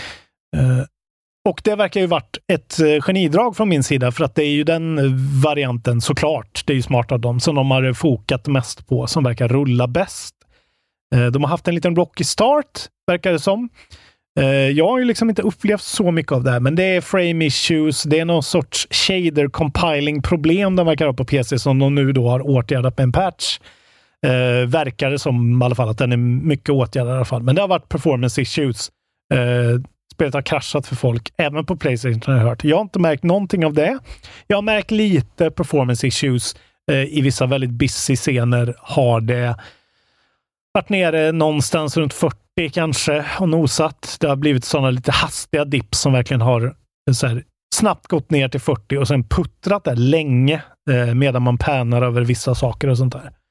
Eh, Och det verkar ju varit ett genidrag från min sida för att det är ju den varianten såklart. Det är ju smart av dem som de har fokat mest på som verkar rulla bäst. De har haft en liten rocky start verkar det som. Jag har ju liksom inte upplevt så mycket av det här men det är frame issues. Det är någon sorts shader compiling problem de verkar ha på P C som de nu då har åtgärdat med en patch. Verkar det som i alla fall att den är mycket åtgärdad i alla fall. Men det har varit performance issues. Spelet har kraschat för folk, även på PlayStation har jag hört. Jag har inte märkt någonting av det. Jag har märkt lite performance issues eh, i vissa väldigt busy scener. Har det varit nere någonstans runt fyrtio kanske och nosat. Det har blivit sådana lite hastiga dips som verkligen har så här, snabbt gått ner till fyrtio och sen puttrat där länge eh, medan man pannar över vissa saker och sånt där.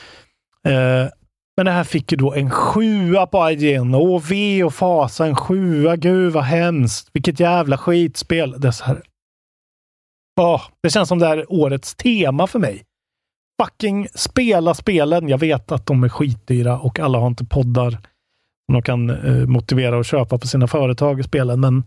Eh, Men det här fick ju då en sjua på I G N. Åh, V och fasa, en sjua. Gud, vad hemskt. Vilket jävla skitspel. Det, är så här. Åh, det känns som det här årets tema för mig. Fucking spela spelen. Jag vet att de är skitdyra och alla har inte poddar som de kan eh, motivera och köpa på sina företag i spelen. Men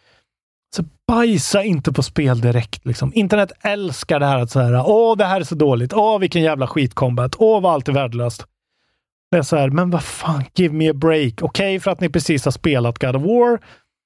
så bajsa inte på spel direkt. Liksom. Internet älskar det här att så här. Åh, det här är så dåligt. Åh, vilken jävla skitcombat. Åh, vad allt är värdelöst. Det är så här, men vad fan, give me a break. Okej, okay, för att ni precis har spelat God of War.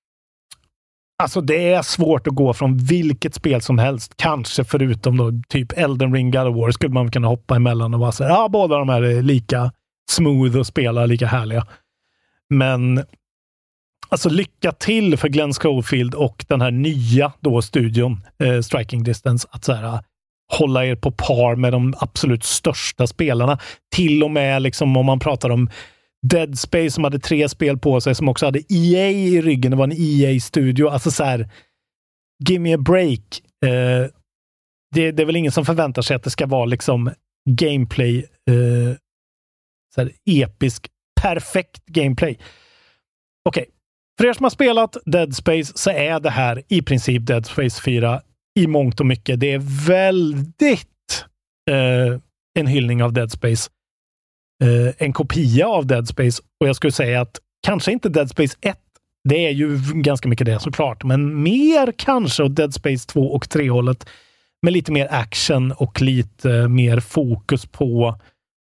Alltså det är svårt att gå från vilket spel som helst. Kanske förutom då typ Elden Ring, God of War skulle man kunna hoppa emellan och vara så här, ja, båda de här är lika smooth och spela lika härliga. Men alltså lycka till för Glenn Schofield och den här nya då studion, eh, Striking Distance, att så här, hålla er på par med de absolut största spelarna. Till och med liksom om man pratar om Dead Space som hade tre spel på sig, som också hade E A i ryggen. Det var en E A-studio. Alltså så här, give me a break. Eh, det, det är väl ingen som förväntar sig att det ska vara liksom gameplay, eh, så här, episk, perfekt gameplay. Okej. Okay. För er som har spelat Dead Space så är det här i princip Dead Space fyra i mångt och mycket. Det är väldigt eh, en hyllning av Dead Space. Uh, en kopia av Dead Space, och jag skulle säga att kanske inte Dead Space ett, det är ju ganska mycket det såklart, men mer kanske åt Dead Space två och tre hållet med lite mer action och lite mer fokus på,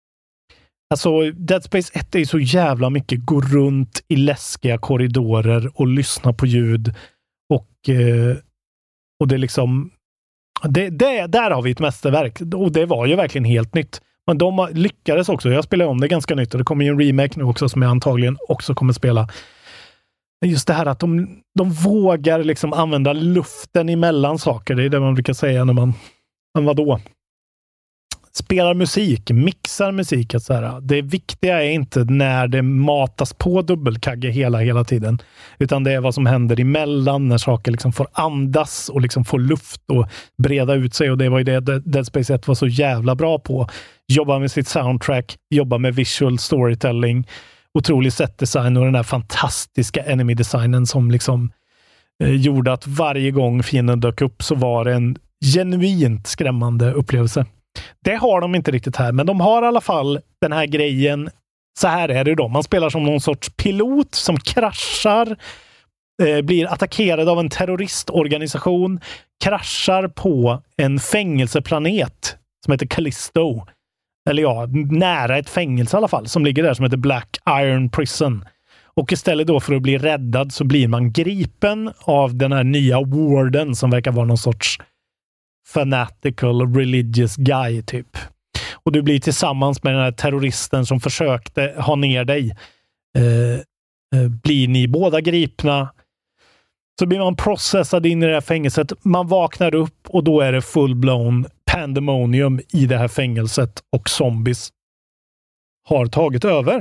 alltså Dead Space ett är ju så jävla mycket gå runt i läskiga korridorer och lyssna på ljud och uh, och det är liksom det, det, där har vi ett mästerverk, och det var ju verkligen helt nytt. Men de lyckades också. Jag spelar om det ganska nytt, och det kommer ju en remake nu också som jag antagligen också kommer spela. Just det här att de, de vågar liksom använda luften emellan saker. Det är det man brukar säga när man, men vadå? Spelar musik, mixar musik. Så här. Det viktiga är inte när det matas på dubbelkagge hela, hela tiden. Utan det är vad som händer emellan när saker liksom får andas och liksom får luft och breda ut sig. Och det var ju det Dead Space ett var så jävla bra på. Jobba med sitt soundtrack, jobba med visual storytelling, otrolig setdesign och den där fantastiska enemy-designen som liksom eh, gjorde att varje gång fienden dök upp så var det en genuint skrämmande upplevelse. Det har de inte riktigt här, men de har i alla fall den här grejen. Så här är det då. Man spelar som någon sorts pilot som kraschar, eh, blir attackerad av en terroristorganisation, kraschar på en fängelseplanet som heter Callisto. Eller ja, nära ett fängelse i alla fall, som ligger där, som heter Black Iron Prison. Och istället då för att bli räddad så blir man gripen av den här nya warden som verkar vara någon sorts fanatical religious guy typ. Och du blir tillsammans med den här terroristen som försökte ha ner dig. Eh, eh, blir ni båda gripna, så blir man processad in i det här fängelset. Man vaknar upp och då är det full-blown pandemonium i det här fängelset och zombies har tagit över.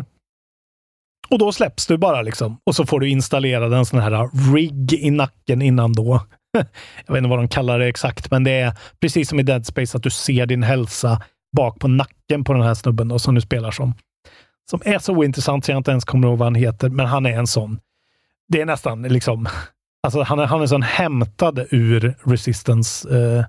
Och då släpps du bara liksom. Och så får du installera en sån här rig i nacken innan då. Jag vet inte vad de kallar det exakt, men det är precis som i Dead Space att du ser din hälsa bak på nacken på den här snubben då, som du spelar som. Som är så ointressant så jag inte ens kommer ihåg vad han heter, men han är en sån. Det är nästan liksom, alltså han är, han är sån hämtad ur Resistance eh,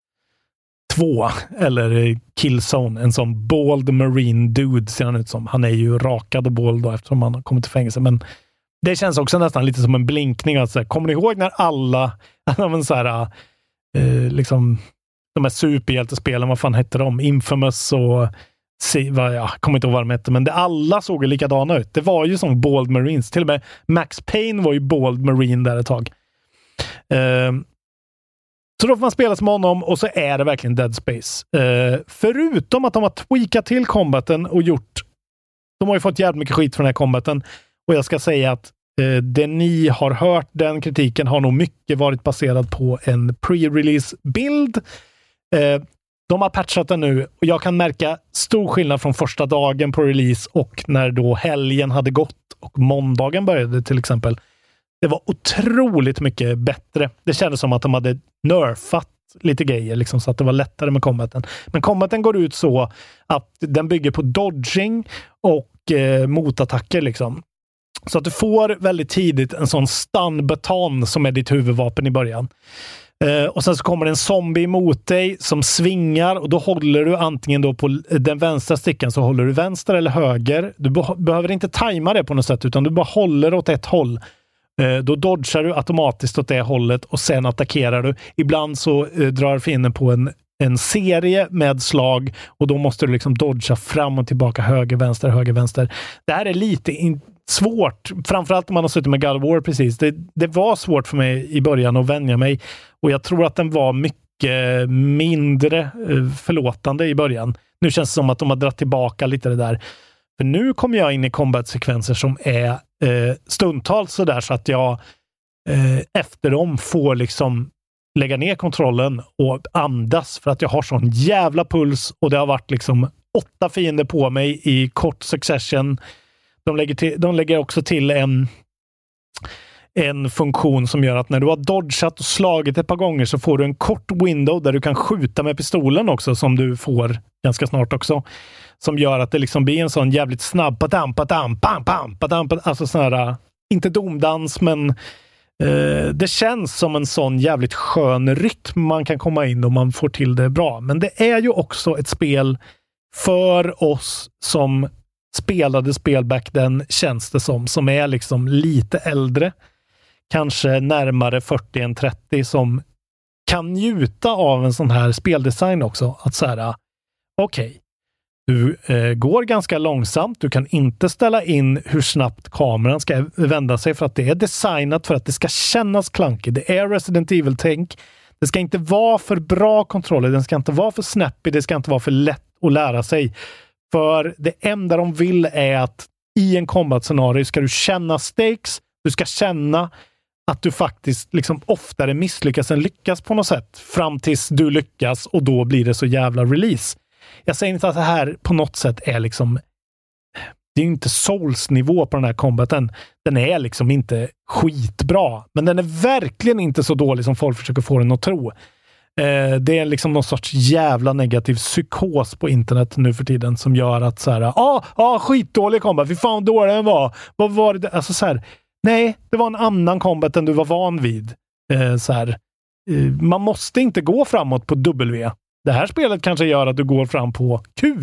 två eller Killzone, en sån bald marine dude ser han ut som. Han är ju rakad och bald då eftersom han har kommit till fängelse, men det känns också nästan lite som en blinkning. Alltså, kommer ni ihåg när alla så här, eh, liksom, de här superhjältespelen, vad fan hette de? Infamous och se, vad, jag kommer inte ihåg vad de hette, men det, alla såg ju likadana ut. Det var ju som bald marines. Till och med Max Payne var ju bald marine där ett tag. Eh, så då får man spela som honom och så är det verkligen Dead Space. Eh, förutom att de har tweakat till combaten och gjort, de har ju fått jävligt mycket skit från den här combaten. Och jag ska säga att eh, det ni har hört, den kritiken har nog mycket varit baserad på en pre-release bild. Eh, de har patchat den nu och jag kan märka stor skillnad från första dagen på release och när då helgen hade gått och måndagen började till exempel. Det var otroligt mycket bättre. Det kändes som att de hade nerfat lite grejer liksom, så att det var lättare med combaten. Men combaten går ut så att den bygger på dodging och eh, motattacker liksom. Så att du får väldigt tidigt en sån stun-baton som är ditt huvudvapen i början. Uh, och sen så kommer en zombie emot dig som svingar och då håller du antingen då på den vänstra stickan så håller du vänster eller höger. Du be- behöver inte tajma det på något sätt utan du bara håller åt ett håll. Uh, då dodgar du automatiskt åt det hållet och sen attackerar du. Ibland så uh, drar fienden på en, en serie med slag och då måste du liksom dodga fram och tillbaka, höger, vänster, höger, vänster. Det här är lite in- svårt, framförallt om man har suttit med God of War precis. Det, det var svårt för mig i början att vänja mig och jag tror att den var mycket mindre förlåtande i början. Nu känns det som att de har dratt tillbaka lite det där. För nu kommer jag in i combat-sekvenser som är eh, stundtals sådär så att jag eh, efter dem får liksom lägga ner kontrollen och andas för att jag har sån jävla puls och det har varit liksom åtta fiender på mig i kort succession. De lägger, till, de lägger också till en en funktion som gör att när du har dodgat och slagit ett par gånger så får du en kort window där du kan skjuta med pistolen också, som du får ganska snart också. Som gör att det liksom blir en sån jävligt snabb padam, padam, pam, pam, padam, padam, alltså sån här, inte domdans, men eh, det känns som en sån jävligt skön rytm man kan komma in och man får till det bra. Men det är ju också ett spel för oss som spelade spel back then, känns det som, som är liksom lite äldre. Kanske närmare fyrtio än trettio, som kan njuta av en sån här speldesign också. Att så här, okej, okay, du eh, går ganska långsamt. Du kan inte ställa in hur snabbt kameran ska vända sig för att det är designat för att det ska kännas klankigt. Det är Resident Evil-tänk. Det ska inte vara för bra kontroller. Den ska inte vara för snappy. Det ska inte vara för lätt att lära sig. För det enda de vill är att i en combat-scenario ska du känna stakes. Du ska känna att du faktiskt liksom oftare misslyckas än lyckas på något sätt. Fram tills du lyckas och då blir det så jävla release. Jag säger inte att det här på något sätt är liksom... Det är ju inte Souls-nivå på den här combaten. Den är liksom inte skitbra. Men den är verkligen inte så dålig som folk försöker få den att tro. Eh, det är liksom någon sorts jävla negativ psykos på internet nu för tiden som gör att så här, ja, ah, ah, skitdålig combat. Fy fan dålig den var. Vad var det? Alltså så här, nej, det var en annan combat än du var van vid. Eh, så här, eh, man måste inte gå framåt på W. Det här spelet kanske gör att du går fram på Q.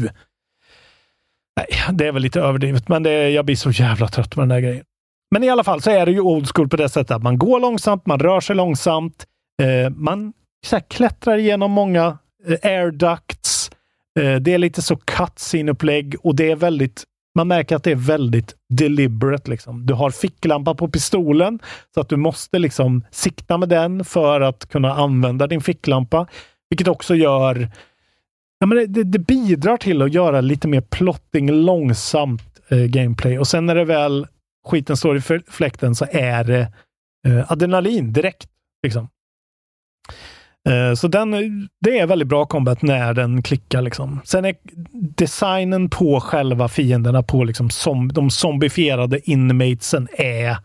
Nej, det är väl lite överdrivet, men det är, jag blir så jävla trött på den där grejen. Men i alla fall så är det ju old school på det sättet att man går långsamt, man rör sig långsamt, eh, man så här, klättrar igenom många eh, air ducts. Eh, det är lite så cutscene-upplägg och det är väldigt, man märker att det är väldigt deliberate liksom. Du har ficklampa på pistolen så att du måste liksom sikta med den för att kunna använda din ficklampa, vilket också gör ja, men det, det bidrar till att göra lite mer plotting, långsamt eh, gameplay. Och sen när det väl skiten står i fläkten så är det eh, adrenalin direkt. Liksom. Eh, så den, det är väldigt bra combat när den klickar. Liksom. Sen är designen på själva fienderna, på liksom som, de zombifierade inmatesen är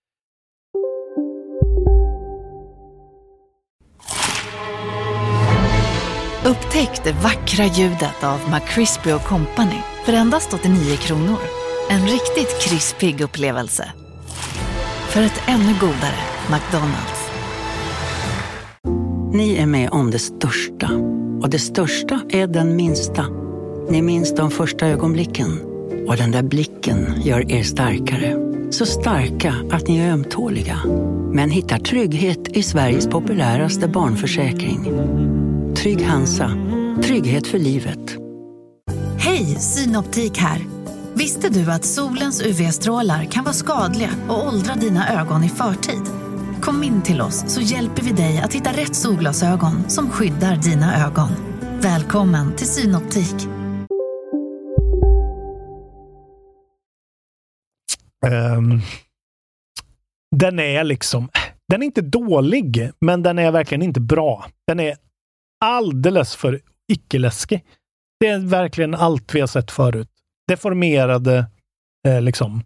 Upptäck det vackra ljudet av McCrispy och Company för endast åttionio kronor. En riktigt krispig upplevelse. För ett ännu godare McDonald's. Ni är med om det största. Och det största är den minsta. Ni minns de första ögonblicken. Och den där blicken gör er starkare. Så starka att ni är ömtåliga. Men hittar trygghet i Sveriges populäraste barnförsäkring. Trygg Hansa. Trygghet för livet. Hej, Synoptik här. Visste du att solens U V-strålar kan vara skadliga och åldra dina ögon i förtid? Kom in till oss så hjälper vi dig att hitta rätt solglasögon som skyddar dina ögon. Välkommen till Synoptik. Um, den är liksom... Den är inte dålig, men den är verkligen inte bra. Den är alldeles för icke-läskig. Det är verkligen allt vi har sett förut. Deformerade eh, liksom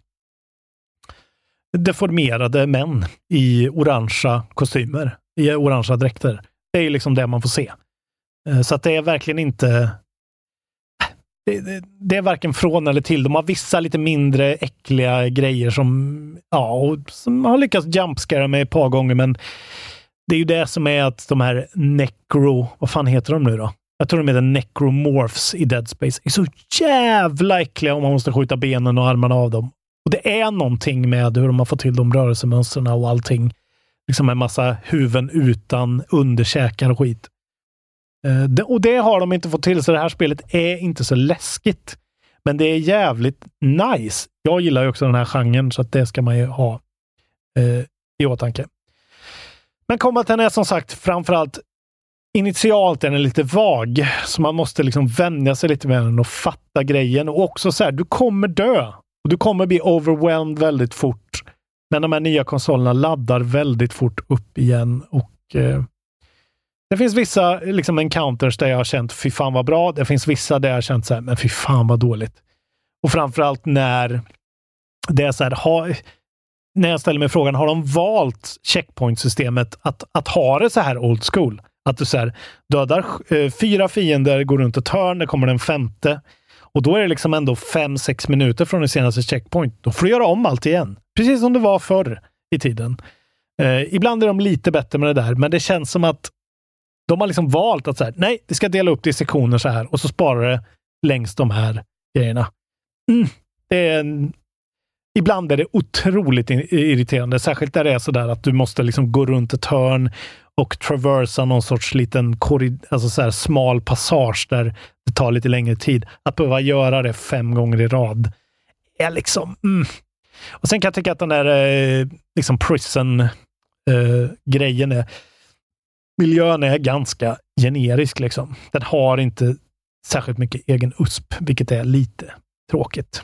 deformerade män i orangea kostymer, i orangea dräkter. Det är liksom det man får se. Eh, så att det är verkligen inte det, det, det är varken från eller till. De har vissa lite mindre äckliga grejer som ja, och som har lyckats jumpscare mig ett par gånger, men det är ju det som är att de här necro, vad fan heter de nu då? Jag tror de heter necromorphs i Dead Space. Är så jävla äckliga om man måste skjuta benen och armarna av dem. Och det är någonting med hur de har fått till de rörelsemönstren och allting. Liksom en massa huvuden utan underkäkar och skit. Uh, det, och det har de inte fått till, så det här spelet är inte så läskigt. Men det är jävligt nice. Jag gillar ju också den här genren, så att det ska man ju ha uh, i åtanke. Men combaten är som sagt framförallt initialt är den lite vag, så man måste liksom vänja sig lite med den och fatta grejen. Och också så här, du kommer dö. Och du kommer bli overwhelmed väldigt fort. Men de här nya konsolerna laddar väldigt fort upp igen. Och eh, det finns vissa liksom encounters där jag har känt fy fan vad bra. Det finns vissa där jag har känt så här, men fy fan vad dåligt. Och framförallt när det är så här, ha, när jag ställer mig frågan, har de valt checkpoint-systemet att, att ha det så här old school? Att du så här, dödar eh, fyra fiender, går runt ett hörn, det kommer den femte. Och då är det liksom ändå fem sex minuter från den senaste checkpoint. Då får du göra om allt igen. Precis som det var förr i tiden. Eh, ibland är de lite bättre med det där, men det känns som att de har liksom valt att så här, nej, vi ska dela upp det i sektioner så här och så sparar det längs de här grejerna. Mm, det är en, ibland är det otroligt irriterande, särskilt där det är så där att du måste liksom gå runt ett hörn och traversa någon sorts liten korrid- alltså så här smal passage där det tar lite längre tid. Att behöva göra det fem gånger i rad är liksom... Mm. Och sen kan jag tycka att den där eh, liksom prison-grejen eh, är... Miljön är ganska generisk liksom. Den har inte särskilt mycket egen U S P, vilket är lite tråkigt.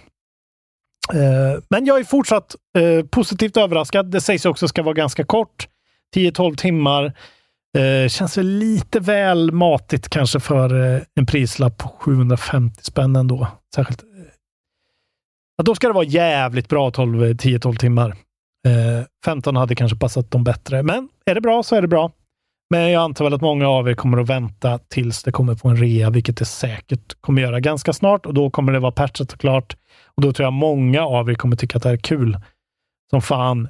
Eh, men jag är fortsatt eh, positivt överraskad. Det sägs också ska vara ganska kort. tio tolv timmar. Eh, känns väl lite väl matigt kanske för eh, en prislapp på sjuhundrafemtio spänn ändå. Särskilt. Eh, ja, då ska det vara jävligt bra tio tolv timmar. Eh, femton hade kanske passat dem bättre. Men är det bra så är det bra. Men jag antar väl att många av er kommer att vänta tills det kommer på en rea, vilket det säkert kommer göra ganska snart. Och då kommer det vara patchat och klart. Och då tror jag många av er kommer tycka att det är kul. Som fan.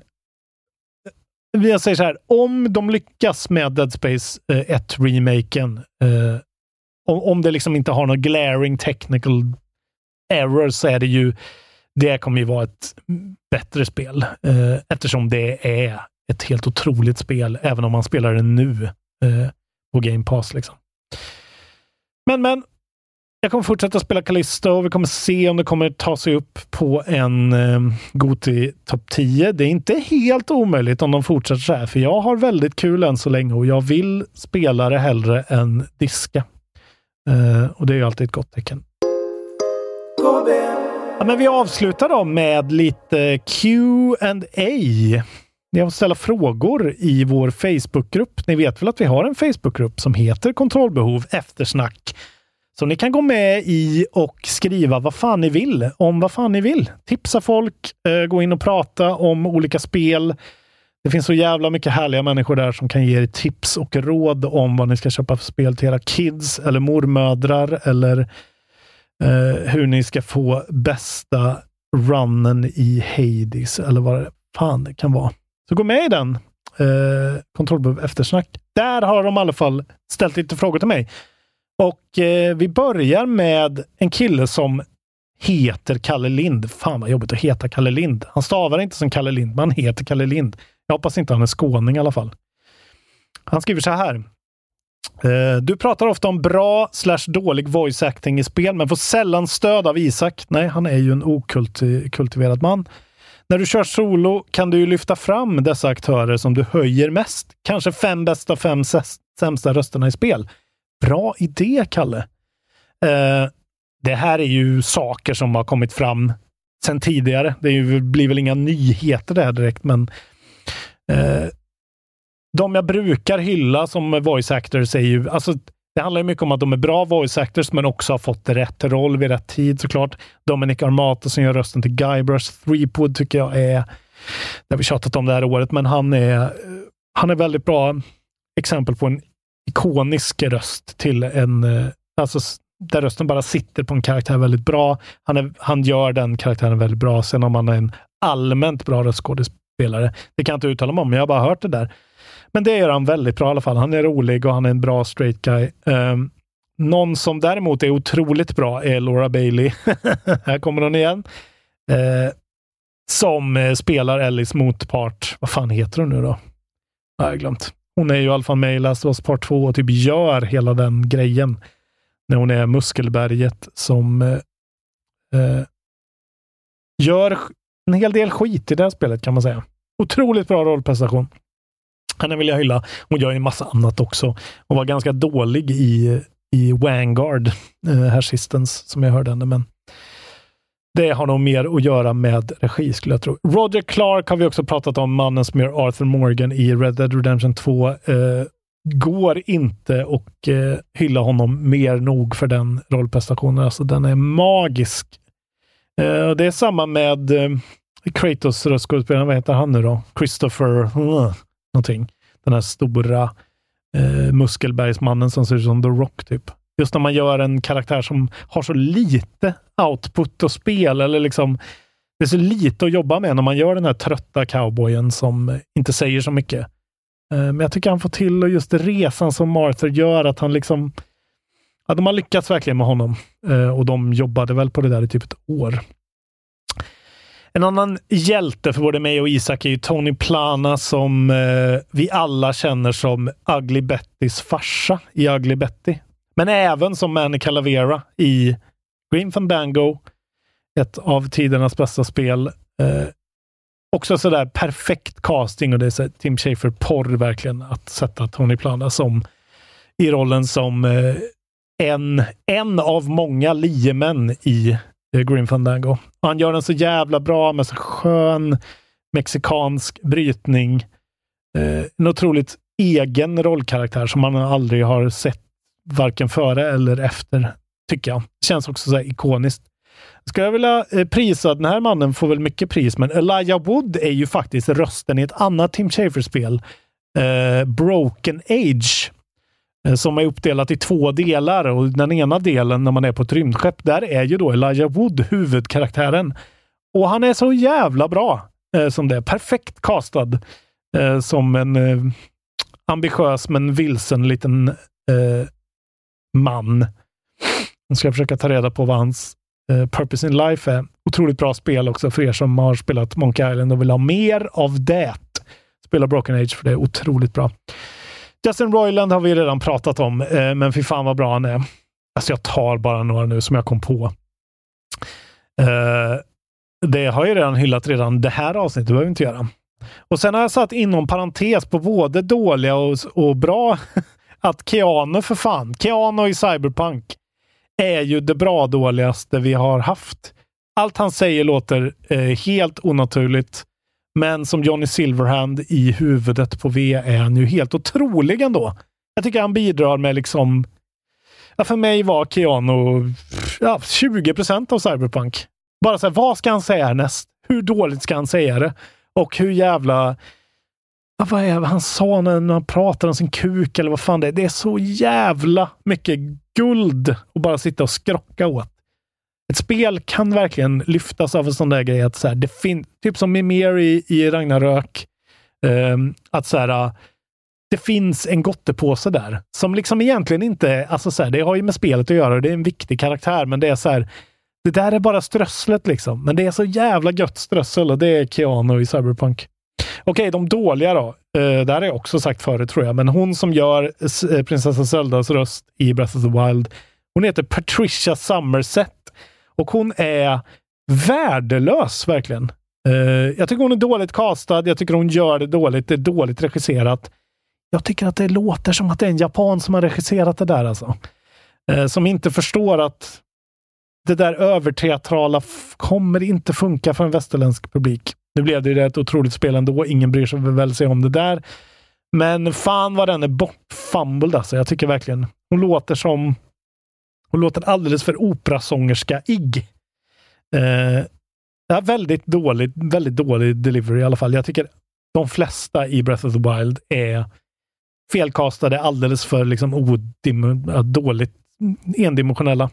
Jag säger så här, om de lyckas med Dead Space eh, ett-remaken, eh, om, om det liksom inte har någon glaring technical error, så är det ju, det kommer ju vara ett bättre spel. Eh, eftersom det är ett helt otroligt spel, även om man spelar det nu eh, på Game Pass liksom. Men, men jag kommer fortsätta spela Callisto och vi kommer se om det kommer ta sig upp på en eh, Goti topp tio. Det är inte helt omöjligt om de fortsätter så här, för jag har väldigt kul än så länge och jag vill spela det hellre än diska. Eh, och det är ju alltid ett gott tecken. Ja, men vi avslutar då med lite Q and A. Ni har fått ställa frågor i vår Facebookgrupp. Ni vet väl att vi har en Facebookgrupp som heter Kontrollbehov eftersnack. Så ni kan gå med i och skriva vad fan ni vill. Om vad fan ni vill. Tipsa folk, eh, gå in och prata om olika spel. Det finns så jävla mycket härliga människor där som kan ge er tips och råd om vad ni ska köpa för spel till era kids eller mormödrar eller eh, hur ni ska få bästa runnen i Hades eller vad det fan det kan vara. Så gå med i den eh, Kontrollbehov eftersnack. Där har de i alla fall ställt lite frågor till mig. Och eh, vi börjar med en kille som heter Kalle Lind. Fan vad jobbigt att heta Kalle Lind. Han stavar inte som Kalle Lind, men han heter Kalle Lind. Jag hoppas inte han är skåning i alla fall. Han skriver så här. Eh, du pratar ofta om bra slash dålig voice acting i spel, men får sällan stöd av Isak. Nej, han är ju en okultiverad man. När du kör solo kan du ju lyfta fram dessa aktörer som du höjer mest. Kanske fem bästa fem sämsta rösterna i spel. Bra idé, Kalle. Eh, det här är ju saker som har kommit fram sedan tidigare. Det är ju, blir väl inga nyheter där direkt, men eh, de jag brukar hylla som voice actors är ju, alltså det handlar ju mycket om att de är bra voice actors men också har fått rätt roll vid rätt tid såklart. Dominic Armato som gör rösten till Guybrush Threepwood tycker jag är, det har vi tjatat om det här året, men han är han är väldigt bra exempel på en ikonisk röst till en, alltså där rösten bara sitter på en karaktär väldigt bra. Han, är, han gör den karaktären väldigt bra. Sen om man är en allmänt bra röstskådespelare, det kan jag inte uttala mig om, men jag har bara hört det där. Men det gör han väldigt bra i alla fall. Han är rolig och han är en bra straight guy. Um, någon som däremot är otroligt bra är Laura Bailey. Här kommer hon igen. Uh, som uh, spelar Ellies motpart. Vad fan heter hon nu då? Jag har glömt. Hon är ju i alla fall med i Last of Us Part två och typ gör hela den grejen. När hon är muskelberget som uh, uh, gör en hel del skit i det här spelet kan man säga. Otroligt bra rollprestation. henne vill jag hylla. Hon gör ju en massa annat också. Hon var ganska dålig i, i Vanguard, eh, här sistens, som jag hörde henne, men det har nog mer att göra med regi, skulle jag tro. Roger Clark har vi också pratat om, mannen som gör Arthur Morgan i Red Dead Redemption två. Eh, går inte och eh, hylla honom mer nog för den rollprestationen. Alltså, den är magisk. Eh, det är samma med eh, Kratos röstskådespelaren, vad heter han nu då? Christopher uh, någonting. Den här stora eh, muskelbergsmannen som ser ut som The Rock typ. Just när man gör en karaktär som har så lite output och spel, eller liksom det är så lite att jobba med när man gör den här trötta cowboyen som inte säger så mycket. Men jag tycker han får till, och just resan som Arthur gör, att han liksom, ja, de har lyckats verkligen med honom, och de jobbade väl på det där i typ ett år. En annan hjälte för både mig och Isak är ju Tony Plana, som eh, vi alla känner som Ugly Bettys farsa i Ugly Betty. Men även som Manny Calavera i Grim Fandango, ett av tidernas bästa spel. Eh, också sådär perfekt casting, och det är så Tim Schafer porr verkligen att sätta Tony Plana som i rollen som eh, en, en av många liemän i eh, Grim Fandango. Och han gör den så jävla bra med så skön mexikansk brytning. Eh, en otroligt egen rollkaraktär som man aldrig har sett varken före eller efter, tycker jag. Känns också så här ikoniskt. Ska jag vilja eh, prisa, den här mannen får väl mycket pris, men Elijah Wood är ju faktiskt rösten i ett annat Tim Schafer-spel, eh, Broken Age, eh, som är uppdelat i två delar, och den ena delen, när man är på ett rymdskepp, där är ju då Elijah Wood huvudkaraktären, och han är så jävla bra eh, som det är. Perfekt castad eh, som en eh, ambitiös men vilsen liten eh, man. Nu ska jag försöka ta reda på vad hans uh, Purpose in Life är. Otroligt bra spel också för er som har spelat Monkey Island och vill ha mer av det. Spela Broken Age, för det är otroligt bra. Justin Roiland har vi redan pratat om, uh, men fy fan vad bra han är. Alltså jag tar bara några nu som jag kom på. Uh, det har jag redan hyllat redan det här avsnittet, det behöver vi inte göra. Och sen har jag satt inom parentes på både dåliga och, och bra att Keanu, för fan, Keanu i Cyberpunk är ju det bra dåligaste vi har haft. Allt han säger låter eh, helt onaturligt, men som Johnny Silverhand i huvudet på V är han ju helt otrolig ändå. Jag tycker han bidrar med liksom, ja, för mig var Keanu ja, tjugo procent av Cyberpunk. Bara så här, vad ska han säga härnäst? Hur dåligt ska han säga det? Och hur jävla... Ja, vad är han sa när han pratar om sin kuk eller vad fan det är. Det är så jävla mycket guld att bara sitta och skrocka åt. Ett spel kan verkligen lyftas av en sån där grej att så här, det finns typ som Mimir i, i Ragnarök, um, att så här, det finns en gottepåse där som liksom egentligen inte, alltså så här, det har ju med spelet att göra, det är en viktig karaktär, men det är så här, det där är bara strösslet liksom, men det är så jävla gött strössel, och det är Keanu i Cyberpunk. Okej, de dåliga då. Uh, det har jag också sagt förut, tror jag. Men hon som gör uh, prinsessa Zeldas röst i Breath of the Wild, hon heter Patricia Summerset. Och hon är värdelös, verkligen. Uh, jag tycker hon är dåligt castad. Jag tycker hon gör det dåligt. Det är dåligt regisserat. Jag tycker att det låter som att det är en japan som har regisserat det där, alltså. Uh, som inte förstår att det där överteatrala f- kommer inte funka för en västerländsk publik. Nu blev det ju ett otroligt spel ändå. Ingen bryr sig väl sig om det där. Men fan vad den är bortfumbled, alltså. Jag tycker verkligen. Hon låter som... Hon låter alldeles för operasångerska-ig. Eh, det är väldigt dåligt, väldigt dålig delivery i alla fall. Jag tycker de flesta i Breath of the Wild är felkastade, alldeles för liksom odim- dåligt endimensionella.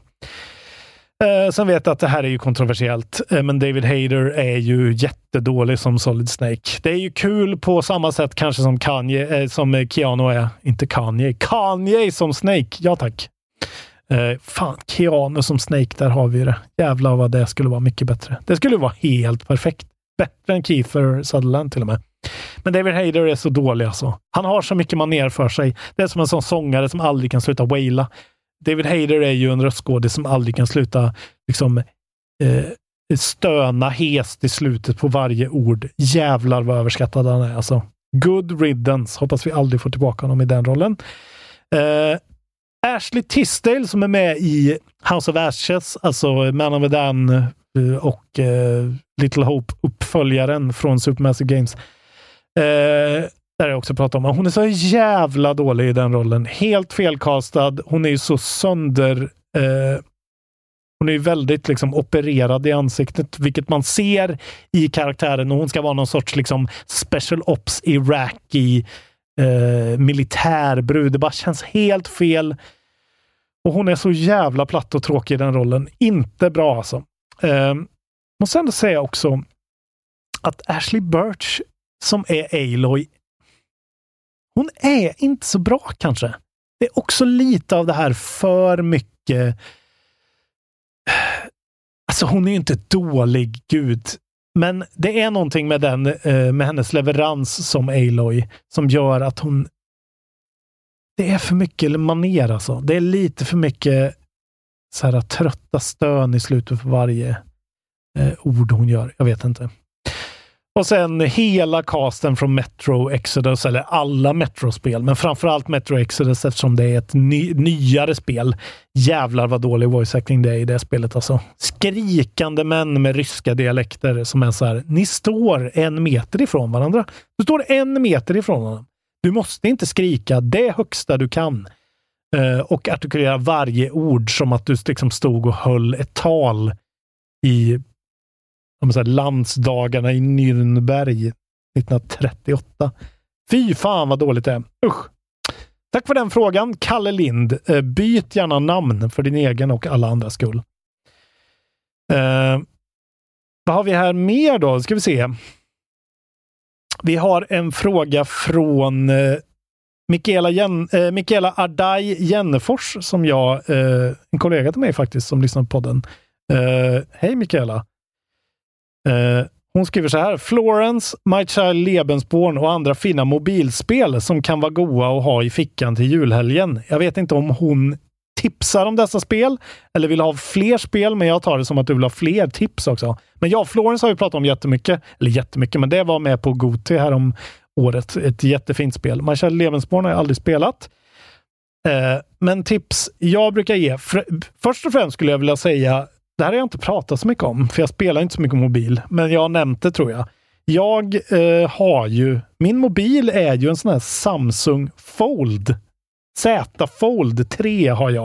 Uh, sen vet jag att det här är ju kontroversiellt, uh, men David Hayter är ju jättedålig som Solid Snake. Det är ju kul på samma sätt kanske som Kanye, uh, som Keanu är. Inte Kanye. Kanye som Snake. Ja tack. Uh, fan, Keanu som Snake, där har vi det. Jävlar vad det skulle vara mycket bättre. Det skulle vara helt perfekt. Bättre än Kiefer Sutherland till och med. Men David Hayter är så dålig alltså. Han har så mycket manér för sig. Det är som en sån sångare som aldrig kan sluta waila. David Hayter är ju en röstskådis som aldrig kan sluta liksom eh, stöna hest i slutet på varje ord. Jävlar vad överskattad han är alltså. Good riddance. Hoppas vi aldrig får tillbaka honom i den rollen. Uh, Ashley Tisdale som är med i House of Ashes, alltså Man of Medan uh, och uh, Little Hope, uppföljaren från Supermassive Games. Uh, där jag också pratat om. Hon är så jävla dålig i den rollen. Helt felkastad. Hon är ju så sönder... Uh, hon är ju väldigt liksom opererad i ansiktet, vilket man ser i karaktären. Och hon ska vara någon sorts liksom special ops Iraqi Uh, militärbrud. Det bara känns helt fel. Och hon är så jävla platt och tråkig i den rollen. Inte bra alltså. Uh, måste ändå säga också att Ashley Birch som är Aloy, hon är inte så bra kanske. Det är också lite av det här för mycket. Alltså hon är ju inte dålig, gud. Men det är någonting med den, med hennes leverans som Aloy som gör att hon... Det är för mycket maner alltså. Det är lite för mycket så här trötta stön i slutet för varje eh, ord hon gör. Jag vet inte. Och sen hela casten från Metro Exodus, eller alla Metro-spel, men framförallt Metro Exodus eftersom det är ett ny, nyare spel. Jävlar vad dålig voice acting det är i det spelet alltså. Skrikande män med ryska dialekter som är så här, ni står en meter ifrån varandra. Du står en meter ifrån varandra. Du måste inte skrika det högsta du kan. Uh, och artikulera varje ord som att du liksom stod och höll ett tal i om så här, landsdagarna i Nürnberg nittonhundratrettioåtta. Fy fan vad dåligt det är. Usch. Tack för den frågan, Kalle Lind. Uh, byt gärna namn för din egen och alla andras skull. Uh, vad har vi här mer då? Ska vi se. Vi har en fråga från uh, Mikaela, Jen, uh, Mikaela Ardai Jennefors som jag, uh, en kollega till mig faktiskt som lyssnar på podden. Uh, Hej Mikaela. Uh, hon skriver så här: Florence, My Child Lebensborn och andra fina mobilspel som kan vara goa att ha i fickan till julhelgen. Jag vet inte om hon tipsar om dessa spel eller vill ha fler spel, men jag tar det som att du vill ha fler tips också. Men ja, Florence har vi pratat om jättemycket, eller jättemycket, men det var med på Goti här om året. Ett jättefint spel. My Child Lebensborn har jag aldrig spelat. Uh, men tips jag brukar ge, För, först och främst skulle jag vilja säga, det här har jag inte pratat så mycket om, för jag spelar inte så mycket mobil, men jag har nämnt det tror jag. Jag eh, har ju, min mobil är ju en sån här Samsung Fold. Z Fold tre har jag.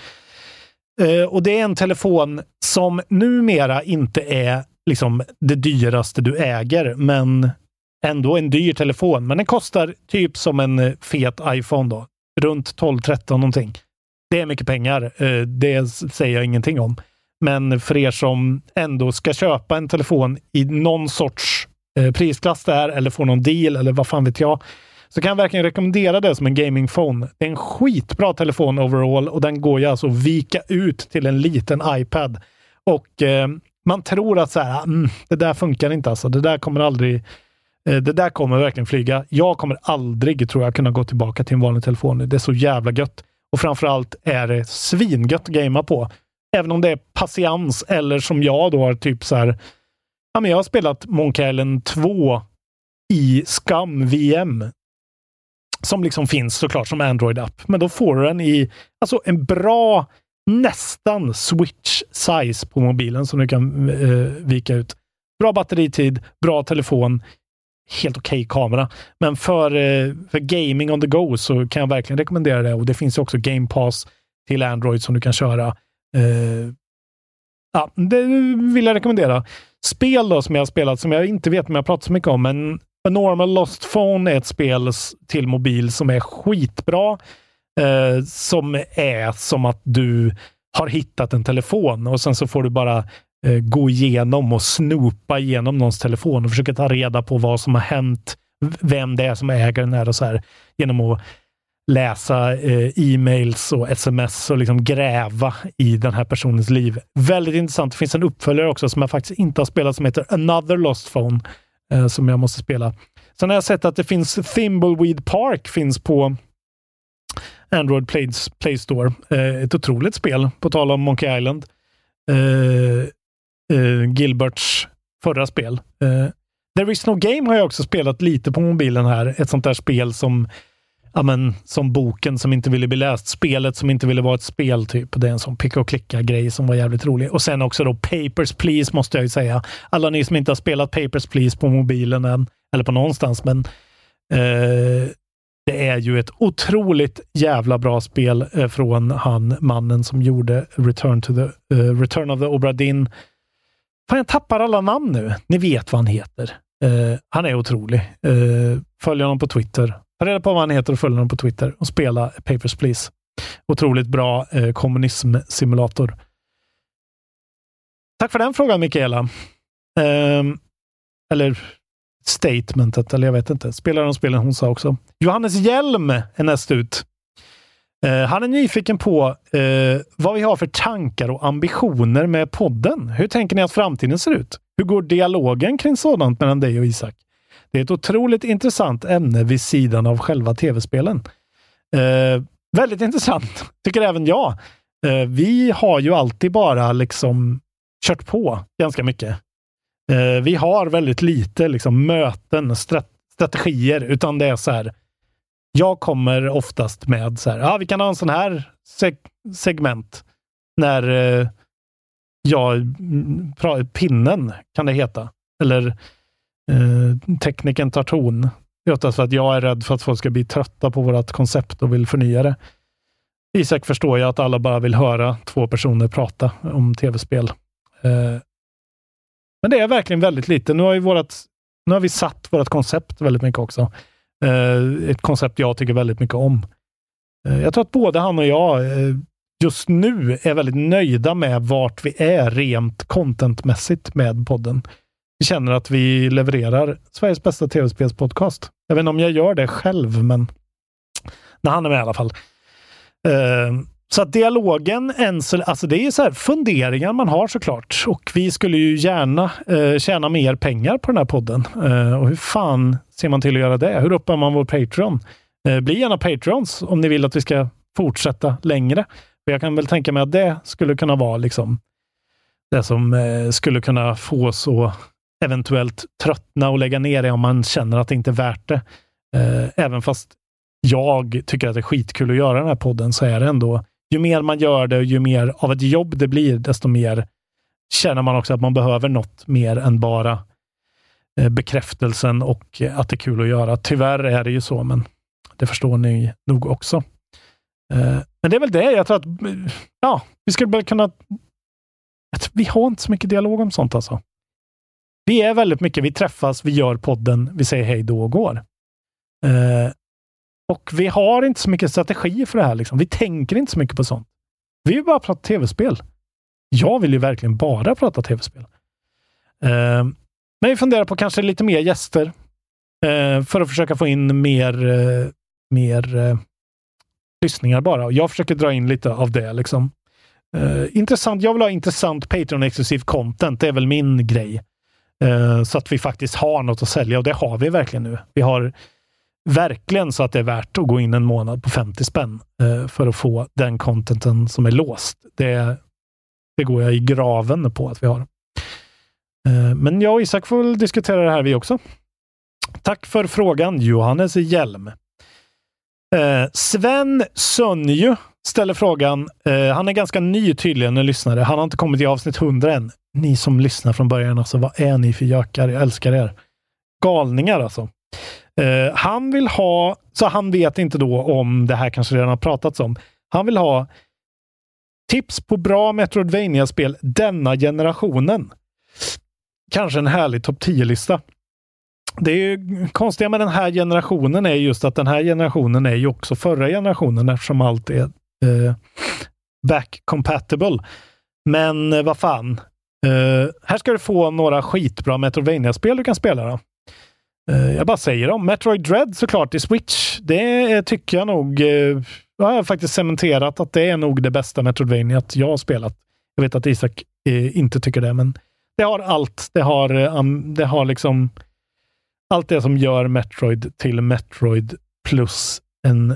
Eh, och det är en telefon som numera inte är liksom det dyraste du äger, men ändå en dyr telefon. Men den kostar typ som en fet iPhone då. Runt tolv tretton någonting. Det är mycket pengar. Eh, det säger jag ingenting om. Men för er som ändå ska köpa en telefon i någon sorts eh, prisklass där, eller få någon deal, eller vad fan vet jag, så kan jag verkligen rekommendera det som en gaming-phone. Det är en skitbra telefon overall, och den går ju alltså att vika ut till en liten iPad. Och eh, man tror att så här, mm, det där funkar inte alltså. Det där kommer aldrig, eh, det där kommer verkligen flyga. Jag kommer aldrig, tror jag, kunna gå tillbaka till en vanlig telefon. Det är så jävla gött. Och framförallt är det svingött att gamea på. Även om det är patiens, eller som jag då har typ så här, ja men jag har spelat Monkey Island två i Scum V M som liksom finns såklart som Android-app, men då får du den i alltså en bra, nästan Switch-size på mobilen som du kan eh, vika ut. Bra batteritid, bra telefon, helt okej kamera, men för, eh, för gaming on the go så kan jag verkligen rekommendera det, och det finns också Game Pass till Android som du kan köra. Uh, ja, det vill jag rekommendera. Spel då som jag har spelat, som jag inte vet om jag pratat så mycket om, men A Normal Lost Phone är ett spel till mobil som är skitbra, uh, som är som att du har hittat en telefon och sen så får du bara uh, gå igenom och snoopa igenom någons telefon och försöka ta reda på vad som har hänt, vem det är som äger den här och så här, genom att läsa eh, e-mails och sms och liksom gräva i den här personens liv. Väldigt intressant. Det finns en uppföljare också som jag faktiskt inte har spelat som heter Another Lost Phone eh, som jag måste spela. Sen har jag sett att det finns Thimbleweed Park finns på Android Play, Play Store. Eh, ett otroligt spel, på tal om Monkey Island. Eh, eh, Gilberts förra spel. Eh, There is no game har jag också spelat lite på mobilen här. Ett sånt där spel som ja, men, som boken som inte ville bli läst. Spelet som inte ville vara ett spel typ. Det är en sån picka och klicka grej som var jävligt rolig. Och sen också då Papers, Please måste jag ju säga. Alla ni som inte har spelat Papers, Please på mobilen än, eller på någonstans, men eh, det är ju ett otroligt jävla bra spel eh, från han, mannen som gjorde Return to the uh, Return of the Obra Dinn. Fan, jag tappar alla namn nu. Ni vet vad han heter. Eh, han är otrolig. Eh, följ honom på Twitter. Ta reda på vad han heter och följ honom på Twitter och spela Papers, Please. Otroligt bra eh, kommunismsimulator. Tack för den frågan, Mikaela. Eh, eller statementet, eller jag vet inte. Spelar de spelen hon sa också. Johannes Hjelm är näst ut. Uh, han är nyfiken på uh, vad vi har för tankar och ambitioner med podden. Hur tänker ni att framtiden ser ut? Hur går dialogen kring sådant mellan dig och Isak? Det är ett otroligt intressant ämne vid sidan av själva tv-spelen. Uh, väldigt intressant, tycker även jag. Uh, vi har ju alltid bara liksom kört på ganska mycket. Uh, vi har väldigt lite liksom möten, strat- strategier, utan det är så här. Jag kommer oftast med så här, ja, vi kan ha en sån här seg- segment när eh, jag pra- pinnen kan det heta. Eller eh, tekniken tar ton. Just för att jag är rädd för att folk ska bli trötta på vårt koncept och vill förnya det. Isak förstår jag att alla bara vill höra två personer prata om tv-spel. Eh, men det är verkligen väldigt lite. Nu har, ju vårat, nu har vi satt vårt koncept väldigt mycket också. Uh, ett koncept jag tycker väldigt mycket om. Uh, jag tror att både han och jag uh, just nu är väldigt nöjda med vart vi är rent contentmässigt med podden. Vi känner att vi levererar Sveriges bästa tv-spelspodcast. Jag vet inte om jag gör det själv, men när han är med i alla fall. Uh, så att dialogen, alltså det är så här funderingar man har såklart. Och vi skulle ju gärna uh, tjäna mer pengar på den här podden. Uh, och hur fan ser man till att göra det? Hur uppar man vår Patreon? Uh, bli gärna Patrons om ni vill att vi ska fortsätta längre. För jag kan väl tänka mig att det skulle kunna vara liksom det som uh, skulle kunna få så eventuellt tröttna och lägga ner det om man känner att det inte är värt det. Uh, även fast jag tycker att det är skitkul att göra den här podden, så är det ändå, ju mer man gör det och ju mer av ett jobb det blir, desto mer känner man också att man behöver något mer än bara eh, bekräftelsen och eh, att det är kul att göra. Tyvärr är det ju så, men det förstår ni nog också. Eh, men det är väl det, jag tror att ja, vi skulle väl kunna att vi har inte så mycket dialog om sånt alltså. Vi är väldigt mycket, vi träffas, vi gör podden, vi säger hej då och går. Eh, Och vi har inte så mycket strategi för det här. Liksom. Vi tänker inte så mycket på sånt. Vi vill bara prata tv-spel. Jag vill ju verkligen bara prata tv-spel. Uh, men vi funderar på kanske lite mer gäster. Uh, för att försöka få in mer, uh, mer uh, lyssningar bara. Och jag försöker dra in lite av det. Liksom. Uh, intressant. Jag vill ha intressant Patreon-exklusiv content. Det är väl min grej. Uh, så att vi faktiskt har något att sälja. Och det har vi verkligen nu. Vi har verkligen så att det är värt att gå in en månad på femtio spänn eh, för att få den contenten som är låst. Det, det går jag i graven på att vi har. Eh, men jag och Isak får väl diskutera det här vi också. Tack för frågan, Johannes Hjelm. Eh, Sven Sönju ställer frågan. Eh, han är ganska ny tydligen, en lyssnare. Han har inte kommit i avsnitt hundra än. Ni som lyssnar från början, alltså, vad är ni för gökar? Jag älskar er. Galningar alltså. Uh, han vill ha, så han vet inte då om det här kanske redan har pratats om. Han vill ha tips på bra Metroidvania-spel denna generationen. Kanske en härlig topp tio-lista. Det är ju konstiga med den här generationen är just att den här generationen är ju också förra generationen eftersom allt är uh, back-compatible. Men uh, vad fan. Uh, här ska du få några skitbra Metroidvania-spel du kan spela då. Jag bara säger dem. Metroid Dread såklart i Switch. Det tycker jag nog. Jag har faktiskt cementerat att det är nog det bästa Metroidvania jag har spelat. Jag vet att Isak inte tycker det, men det har allt. Det har, det har liksom allt det som gör Metroid till Metroid plus en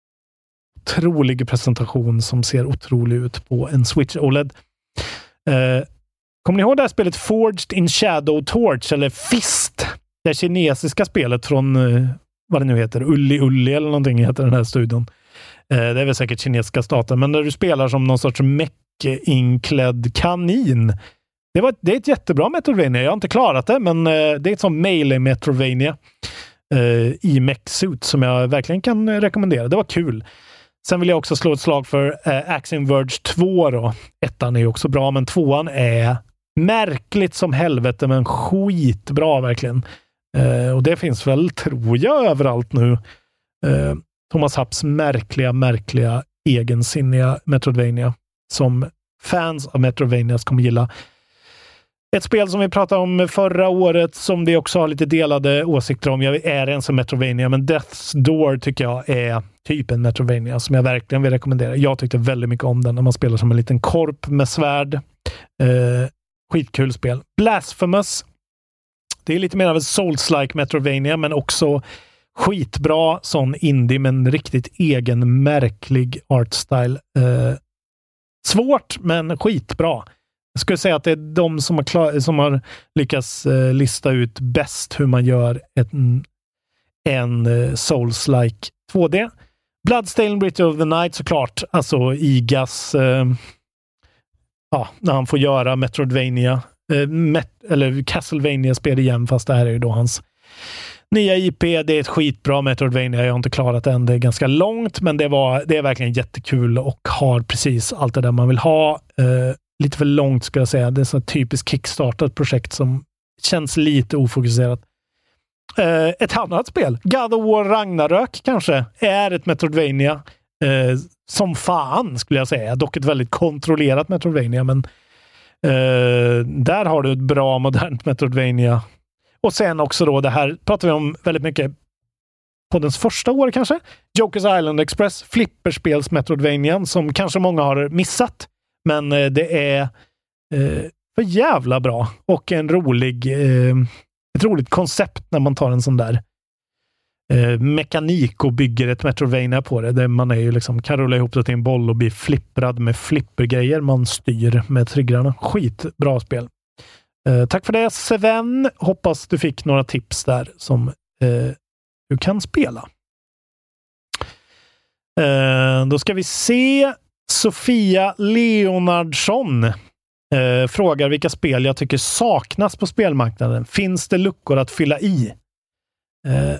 otrolig presentation som ser otrolig ut på en Switch O L E D. Kommer ni ihåg det här spelet Forged in Shadow Torch eller Fist? det kinesiska spelet från, vad det nu heter, Ulli Ulli eller någonting heter den här studion. Det är väl säkert kinesiska staten, men när du spelar som någon sorts meck-inklädd kanin. Det, var, det är ett jättebra Metroidvania. Jag har inte klarat det, men det är ett sånt Melee Metroidvania i mech-suit som jag verkligen kan rekommendera. Det var kul. Sen vill jag också slå ett slag för Axiom Verge två då. Ettan är ju också bra, men tvåan är märkligt som helvete, men skitbra verkligen. Och det finns väl, tror jag, överallt nu. Thomas Happs märkliga, märkliga, egensinniga Metroidvania som fans av Metroidvanias kommer gilla. Ett spel som vi pratade om förra året som vi också har lite delade åsikter om. Jag är en som Metroidvania, men Death's Door tycker jag är typ en Metroidvania som jag verkligen vill rekommendera. Jag tyckte väldigt mycket om den när man spelar som en liten korp med svärd. Eh, skitkul spel. Blasphemous. Det är lite mer av en Souls-like Metroidvania, men också skitbra sån indie med en riktigt egen märklig artstyle. Eh, svårt, men skitbra. Jag skulle säga att det är de som har, klar, som har lyckats eh, lista ut bäst hur man gör ett, en, en eh, Souls-like två D. Bloodstained Ritual of the Night såklart. Alltså Igas eh, ja, när han får göra Metroidvania eh, Met, eller Castlevania-spel igen, fast det här är ju då hans nya I P. Det är ett skitbra Metroidvania. Jag har inte klarat det än. Det är ganska långt, men det, var, det är verkligen jättekul och har precis allt det där man vill ha. Eh, lite för långt ska jag säga. Det är så ett typiskt kickstartat projekt som känns lite ofokuserat. Eh, ett annat spel, God of War Ragnarök kanske, är ett Metroidvania eh, som fan skulle jag säga. Dock ett väldigt kontrollerat Metroidvania, men eh, där har du ett bra modernt Metroidvania. Och sen också då, det här pratar vi om väldigt mycket på dens första år kanske. Joker's Island Express, flipperspels Metroidvanian som kanske många har missat. Men eh, det är eh, för jävla bra. Och en rolig eh, ett roligt koncept när man tar en sån där eh, mekanik och bygger ett Metroidvania på det. Där man är ju liksom kan rulla ihop det till en boll och bli flipprad med flippergrejer man styr med triggrarna. Skitbra spel. Eh, tack för det, Sven. Hoppas du fick några tips där som eh, du kan spela. Eh, då ska vi se. Sofia Leonardsson eh, frågar vilka spel jag tycker saknas på spelmarknaden. Finns det luckor att fylla i? Eh,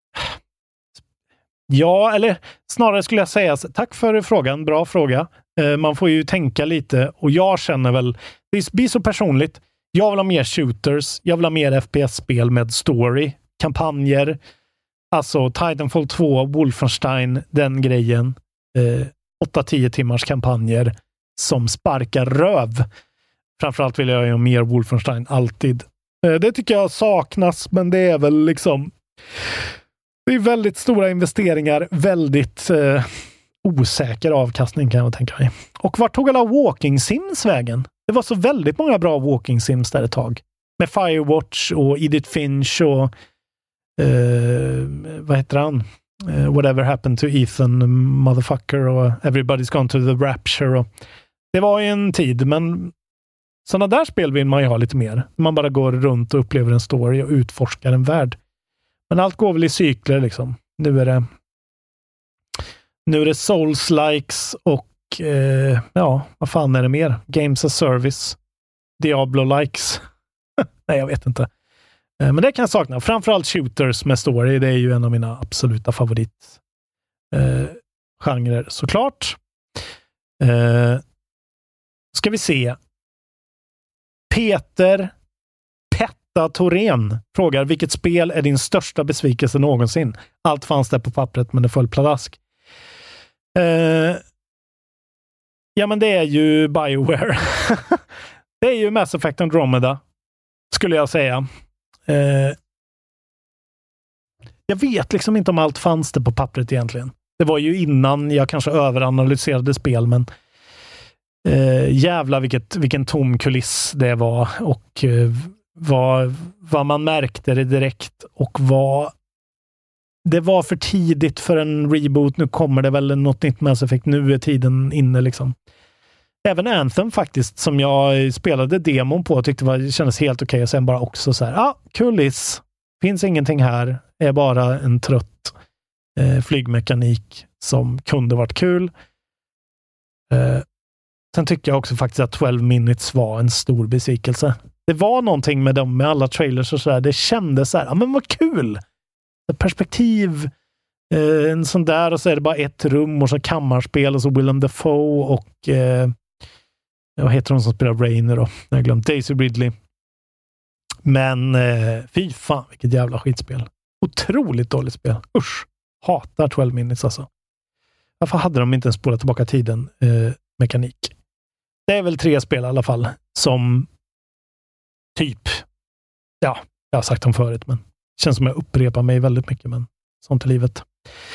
ja, eller snarare skulle jag säga tack för frågan. Bra fråga. Eh, man får ju tänka lite och jag känner väl, det blir så personligt. Jag vill ha mer shooters. Jag vill ha mer F P S-spel med story, kampanjer. Alltså Titanfall två, Wolfenstein, den grejen. Eh, åtta till tio timmars kampanjer som sparkar röv. Framförallt vill jag ju ha mer Wolfenstein, alltid. Eh, det tycker jag saknas, men det är väl liksom det är väldigt stora investeringar, väldigt eh, osäker avkastning kan jag tänka mig. Och vart tog alla walking sims vägen? Det var så väldigt många bra walking sims där ett tag. Med Firewatch och Edith Finch och eh, vad heter han? Uh, whatever happened to Ethan motherfucker och Everybody's gone to the rapture och det var ju en tid, men sådana där spel vill man ju ha lite mer. Man bara går runt och upplever en story och utforskar en värld. Men allt går väl i cykler liksom. Nu är det nu är det Souls-likes och eh, ja, vad fan är det mer? Games as Service. Diablo-likes. Nej, jag vet inte. Men det kan jag sakna. Framförallt shooters med story. Det är ju en av mina absoluta favorit eh, genrer såklart. Eh, ska vi se. Peter Petta Thorén frågar vilket spel är din största besvikelse någonsin? Allt fanns där på pappret men det föll pladask. Eh, ja men det är ju BioWare. Det är ju Mass Effect Andromeda skulle jag säga. Eh, jag vet liksom inte om allt fanns det på pappret egentligen. Det var ju innan jag kanske överanalyserade spel, men eh, jävla vilket, vilken tom kuliss det var och eh, vad, vad man märkte det direkt och vad det var för tidigt för en reboot. Nu kommer det väl något nytt Mass Effect. Nu är tiden inne liksom. Även Anthem faktiskt, som jag spelade demon på och tyckte var, det kändes helt okej. Okay. Och sen bara också så här, ja, ah, kuliss. Finns ingenting här, är bara en trött eh, flygmekanik som kunde varit kul. Eh, sen tycker jag också faktiskt att tolv minutes var en stor besvikelse. Det var någonting med dem, med alla trailers och sådär. Det kändes så här, ja men vad kul! Perspektiv, eh, en sån där, och så är det bara ett rum och så kammarspel och så Willem Dafoe och eh, vad heter hon som spelar Rainer då? Jag har glömt, Daisy Ridley. Men eh, fy fan, vilket jävla skitspel. Otroligt dåligt spel. Usch, hatar tolv minutes alltså. Varför hade de inte ens spolat tillbaka tiden eh, mekanik? Det är väl tre spel i alla fall som typ, ja, jag har sagt dem förut, men det känns som jag upprepar mig väldigt mycket, men sånt är livet.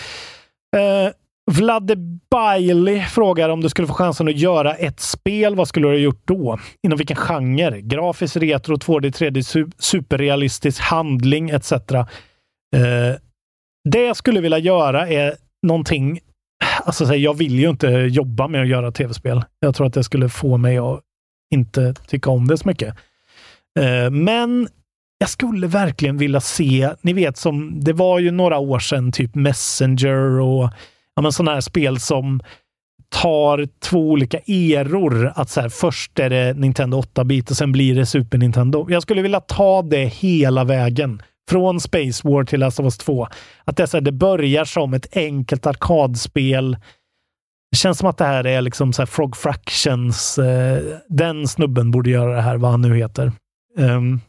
Eh, Vladde Bailey frågar om du skulle få chansen att göra ett spel, vad skulle du ha gjort då? Inom vilken genre? Grafisk, retro, två D, tre D, su- superrealistisk, handling et cetera. Eh, det jag skulle vilja göra är någonting, alltså jag vill ju inte jobba med att göra tv-spel. Jag tror att det skulle få mig att inte tycka om det så mycket. Eh, men jag skulle verkligen vilja se, ni vet som, det var ju några år sedan typ Messenger och ja, men sådana här spel som tar två olika eror. Att så här, först är det Nintendo åtta-bit och sen blir det Super Nintendo. Jag skulle vilja ta det hela vägen. Från Space War till Last of Us två. Att det, så här, det börjar som ett enkelt arkadspel. Det känns som att det här är liksom så här Frog Fractions. Eh, den snubben borde göra det här, vad han nu heter. Um,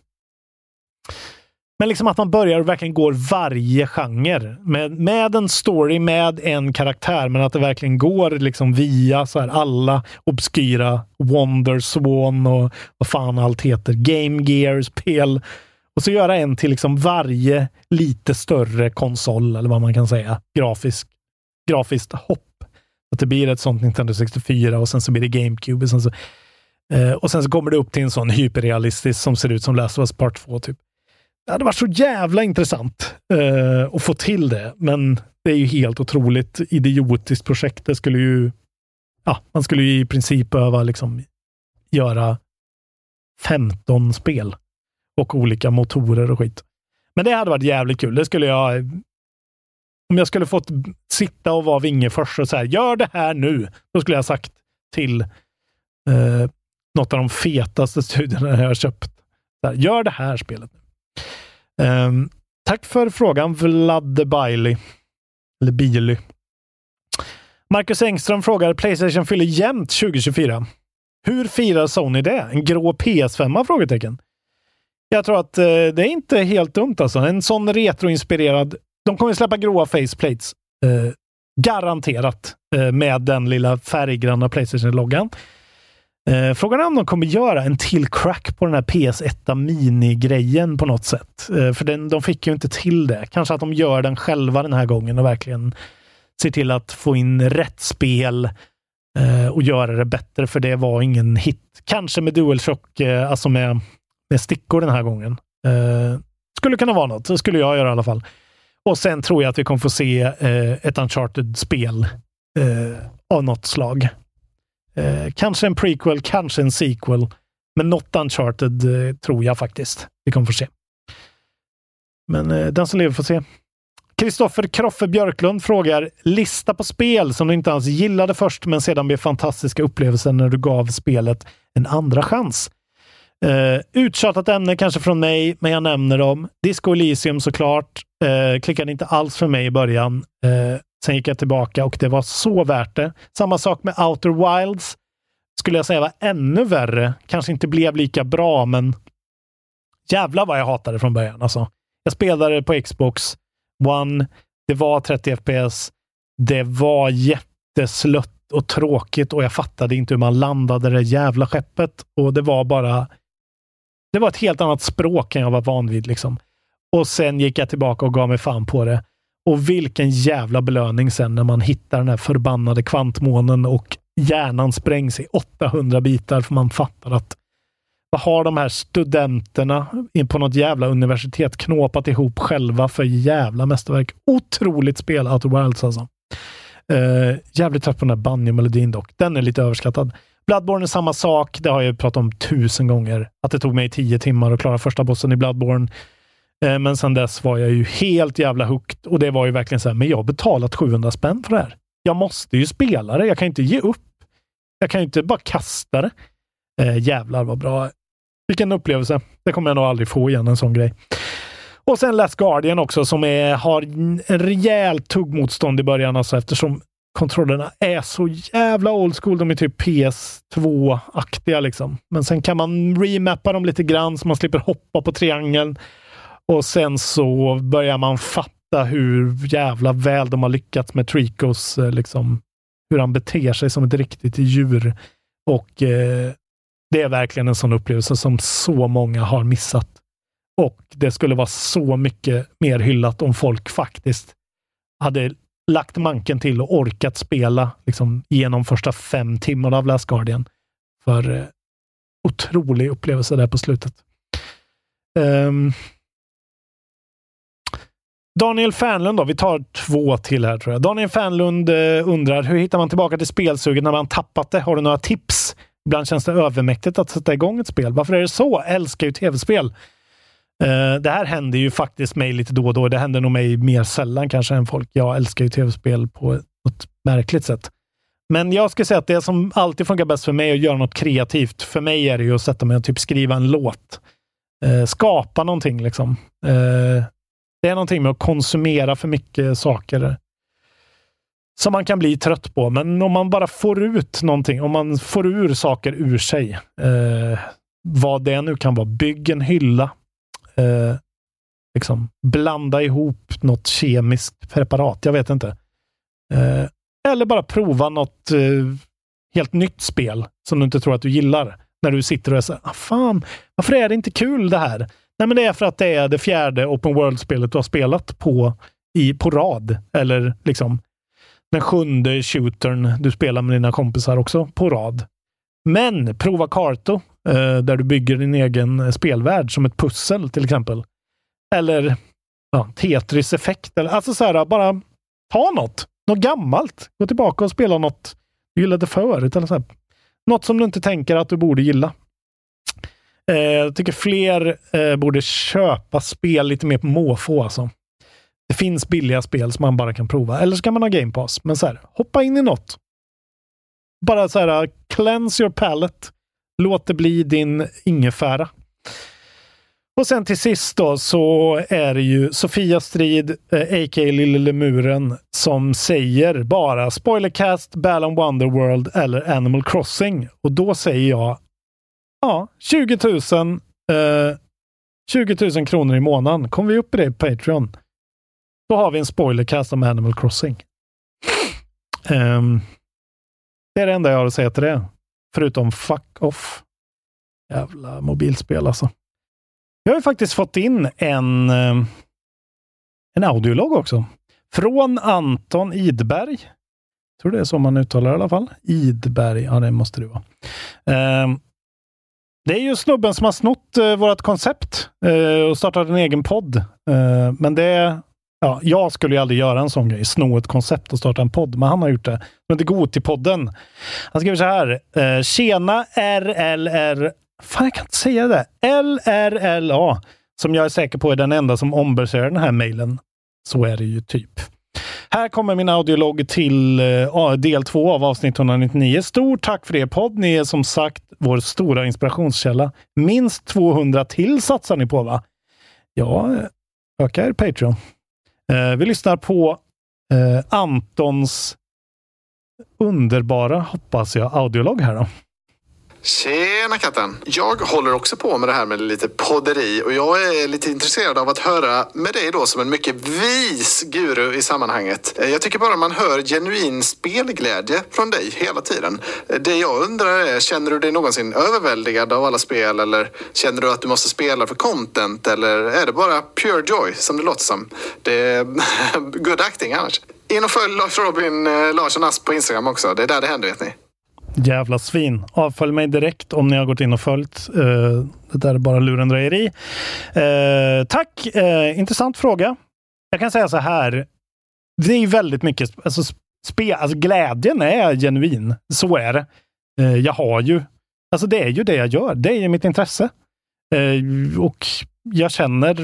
Men liksom att man börjar och verkligen går varje genre med, med en story, med en karaktär, men att det verkligen går liksom via så här alla obskyra Wonder Swan och vad fan allt heter, Game Gear-spel, och så göra en till liksom varje lite större konsol, eller vad man kan säga, grafisk, grafiskt hopp. Att det blir ett sånt Nintendo sextiofyra och sen så blir det GameCube och sen så, eh, och sen så kommer det upp till en sån hyperrealistisk som ser ut som Last of Us Part två typ. Det hade varit så jävla intressant uh, att få till det, men det är ju helt otroligt idiotiskt projekt. Det skulle ju, ja, man skulle ju i princip behöva liksom göra femton spel och olika motorer och skit. Men det hade varit jävligt kul. Det skulle jag, om jag skulle fått sitta och vara vinge först och så här, gör det här nu, då skulle jag sagt till uh, något av de fetaste studierna jag har köpt. Så här, gör det här spelet nu. Um, tack för frågan, Vladde Bailey. Eller Billy. Marcus Engström frågar, PlayStation fyller jämnt tjugo tjugofyra. Hur firar Sony det? En grå P S fem? Frågetecken. Jag tror att uh, det är inte helt dumt alltså. En sån retroinspirerad, de kommer släppa gråa faceplates. Uh, garanterat. Uh, med den lilla färggranna PlayStation-loggan. Eh, frågan är om de kommer göra en till crack på den här P S ett mini-grejen på något sätt. Eh, för den, de fick ju inte till det. Kanske att de gör den själva den här gången och verkligen ser till att få in rätt spel eh, och göra det bättre, för det var ingen hit. Kanske med DualShock, eh, alltså med, med stickor den här gången. Eh, skulle kunna vara något. Det skulle jag göra i alla fall. Och sen tror jag att vi kommer få se eh, ett Uncharted-spel eh, av något slag. Eh, kanske en prequel, kanske en sequel. Men något Uncharted eh, tror jag faktiskt. Vi kommer få se. Men eh, den som lever får se. Kristoffer Kroffe Björklund frågar, lista på spel som du inte alls gillade först men sedan blev fantastiska upplevelser när du gav spelet en andra chans. Eh, uttjatat ämne kanske från mig, men jag nämner dem. Disco Elysium såklart. Eh, klickade inte alls för mig i början. Eh, sen gick jag tillbaka och det var så värt det. Samma sak med Outer Wilds. Skulle jag säga var ännu värre. Kanske inte blev lika bra, men jävlar vad jag hatade från början. Alltså, jag spelade på Xbox One. Det var trettio F P S. Det var jätteslött och tråkigt och jag fattade inte hur man landade det jävla skeppet. Och det var bara... Det var ett helt annat språk än jag var van vid liksom. Och sen gick jag tillbaka och gav mig fan på det. Och vilken jävla belöning sen när man hittar den här förbannade kvantmånen och hjärnan sprängs i åttahundra bitar, för man fattar att vad har de här studenterna på något jävla universitet knåpat ihop själva för jävla mästerverk. Otroligt spel, Outer Wilds alltså. Uh, jävligt trött på den här banjo-melodin dock. Den är lite överskattad. Bloodborne är samma sak. Det har jag pratat om tusen gånger. Att det tog mig tio timmar att klara första bossen i Bloodborne. Eh, men sen dess var jag ju helt jävla hooked. Och det var ju verkligen så här, men jag har betalat sjuhundra spänn för det här. Jag måste ju spela det. Jag kan inte ge upp. Jag kan ju inte bara kasta det. Eh, jävlar vad bra. Vilken upplevelse. Det kommer jag nog aldrig få igen, en sån grej. Och sen Last Guardian också, som är, har en rejält tuggmotstånd i början, alltså, eftersom kontrollerna är så jävla old school. De är typ P S två-aktiga liksom. Men sen kan man remappa dem lite grann så man slipper hoppa på triangeln. Och sen så börjar man fatta hur jävla väl de har lyckats med Tricos, liksom, hur han beter sig som ett riktigt djur. Och eh, det är verkligen en sån upplevelse som så många har missat. Och det skulle vara så mycket mer hyllat om folk faktiskt hade lagt manken till och orkat spela liksom, genom första fem timmar av Last Guardian. För eh, otrolig upplevelse där på slutet. Um, Daniel Fernlund då, vi tar två till här tror jag. Daniel Fernlund eh, undrar, hur hittar man tillbaka till spelsuget när man tappat det? Har du några tips? Ibland känns det övermäktigt att sätta igång ett spel. Varför är det så? Jag älskar ju tv-spel. Uh, det här händer ju faktiskt mig lite då och då. Det händer nog mig mer sällan kanske än folk. Jag älskar ju tv-spel på ett märkligt sätt. Men jag ska säga att det som alltid funkar bäst för mig är att göra något kreativt. För mig är det ju att sätta mig och typ skriva en låt. Uh, skapa någonting liksom. Uh, det är någonting med att konsumera för mycket saker som man kan bli trött på. Men om man bara får ut någonting, om man får ur saker ur sig, uh, vad det nu kan vara, bygg en hylla. Eh, liksom blanda ihop något kemiskt preparat, jag vet inte. Eh, eller bara prova något eh, helt nytt spel som du inte tror att du gillar. När du sitter och är så här, ah, fan, varför är det inte kul det här? Nej, men det är för att det är det fjärde open world-spelet du har spelat på, i, på rad. Eller liksom den sjunde shootern du spelar med dina kompisar också på rad. Men prova Karto, eh, där du bygger din egen spelvärld som ett pussel till exempel. Eller ja, Tetris effekt. Eller, alltså så här, bara ta något. Något gammalt. Gå tillbaka och spela något du gillade förut. Eller så här. Något som du inte tänker att du borde gilla. Eh, jag tycker fler eh, borde köpa spel lite mer på måfå. Alltså. Det finns billiga spel som man bara kan prova. Eller så kan man ha Game Pass. Men så här, hoppa in i något. Bara så här, cleanse your palate. Låt det bli din ingefära. Och sen till sist då så är det ju Sofia Strid, eh, a k a. Lille Lemuren, som säger bara Spoilercast, Balan Wonderworld eller Animal Crossing. Och då säger jag ja, tjugo tusen eh, tjugo tusen kronor i månaden. Kommer vi upp i det på Patreon? Då har vi en Spoilercast om Animal Crossing. Um, det är det enda jag har att säga till det. Förutom fuck off. Jävla mobilspel alltså. Jag har ju faktiskt fått in en en audiolog också. Från Anton Idberg. Jag tror det är så man uttalar i alla fall. Idberg, ja det måste det vara. Um, det är ju snubben som har snott uh, vårt koncept uh, och startat en egen podd. Uh, men det ja, jag skulle ju aldrig göra en sån grej. Sno ett koncept och starta en podd. Men han har gjort det. Men det går till podden. Han skriver så här. Uh, Tjena R L R. Fan, jag kan inte säga det. L R L A. Som jag är säker på är den enda som ombesörjer den här mejlen. Så är det ju typ. Här kommer min audiolog till uh, del två av avsnitt etthundranittionio. Stort tack för er podd. Ni är som sagt vår stora inspirationskälla. Minst tvåhundra till satsar ni på, va? Ja, öka er Patreon. Uh, vi lyssnar på uh, Antons underbara, hoppas jag, audiolog här då. Tjena katten! Jag håller också på med det här med lite podderi och jag är lite intresserad av att höra med dig då som en mycket vis guru i sammanhanget. Jag tycker bara man hör genuin spelglädje från dig hela tiden. Det jag undrar är, känner du dig någonsin överväldigad av alla spel eller känner du att du måste spela för content eller är det bara pure joy som det låter som? Det är good acting annars. In och följ Lars Robin Larsson Asp på Instagram också, det är där det händer vet ni. Jävla svin. Avfölj mig direkt om ni har gått in och följt. Uh, det där är bara lurendrejeri. Uh, tack. Uh, intressant fråga. Jag kan säga så här. Det är väldigt mycket alltså, spe, alltså glädjen är genuin. Så är det. Uh, jag har ju alltså det är ju det jag gör. Det är ju mitt intresse. Uh, och jag känner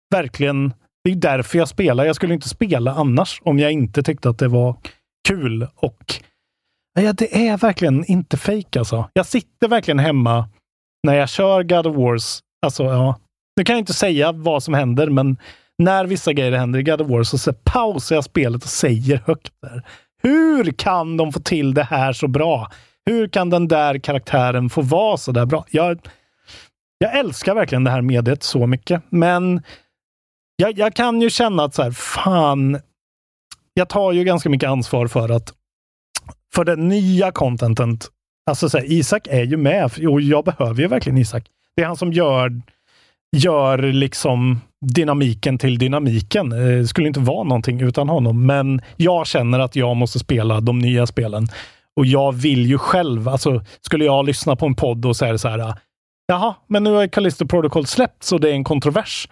verkligen, det är därför jag spelar. Jag skulle inte spela annars om jag inte tyckte att det var kul. Och ja, det är verkligen inte fake alltså. Jag sitter verkligen hemma när jag kör God of Wars. Alltså ja, nu kan jag inte säga vad som händer, men när vissa grejer händer i God of War så, så pausar jag spelet och säger högt där. Hur kan de få till det här så bra? Hur kan den där karaktären få vara så där bra? Jag, jag älskar verkligen det här mediet så mycket. Men jag, jag kan ju känna att så här, fan, jag tar ju ganska mycket ansvar för att för den nya contentet. Alltså så här, Isak är ju med och jag behöver ju verkligen Isak. Det är han som gör gör liksom dynamiken till dynamiken. Det skulle inte vara någonting utan honom. Men jag känner att jag måste spela de nya spelen. Och jag vill ju själv, alltså skulle jag lyssna på en podd och säga så här, jaha, men nu har Callisto Protocol släppt så det är en kontrovers.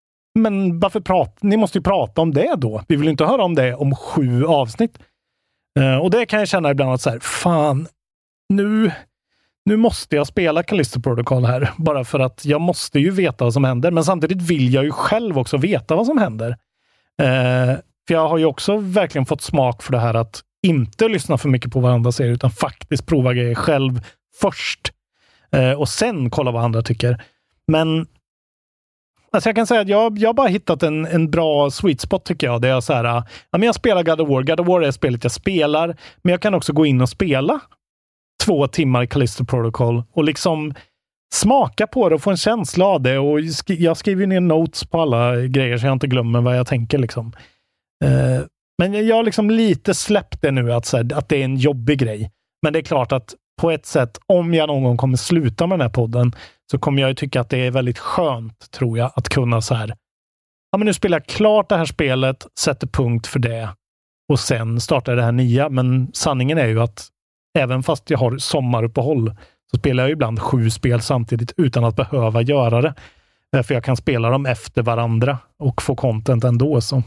Men varför prata? Ni måste ju prata om det då. Vi vill inte höra om det om sju avsnitt. Uh, och det kan jag känna ibland att så här, fan, nu nu måste jag spela Callisto Protocol här. Bara för att jag måste ju veta vad som händer. Men samtidigt vill jag ju själv också veta vad som händer. Uh, för jag har ju också verkligen fått smak för det här att inte lyssna för mycket på vad andra säger utan faktiskt prova grejer själv först. Uh, och sen kolla vad andra tycker. Men alltså jag kan säga att jag, jag har bara hittat en, en bra sweet spot tycker jag. Det är så här, ja, men jag spelar God of War. God of War är spelet jag spelar. Men jag kan också gå in och spela två timmar Callisto Protocol och liksom smaka på det och få en känsla av det. Och sk- jag skriver ner notes på alla grejer så jag inte glömmer vad jag tänker liksom. Uh, men jag har liksom lite släppt det nu att, så här, att det är en jobbig grej. Men det är klart att på ett sätt, om jag någon gång kommer sluta med den här podden så kommer jag ju tycka att det är väldigt skönt, tror jag, att kunna så här, ja men nu spelar jag klart det här spelet, sätter punkt för det och sen startar det här nya. Men sanningen är ju att även fast jag har sommaruppehåll så spelar jag ibland sju spel samtidigt utan att behöva göra det. För jag kan spela dem efter varandra och få content ändå. Så.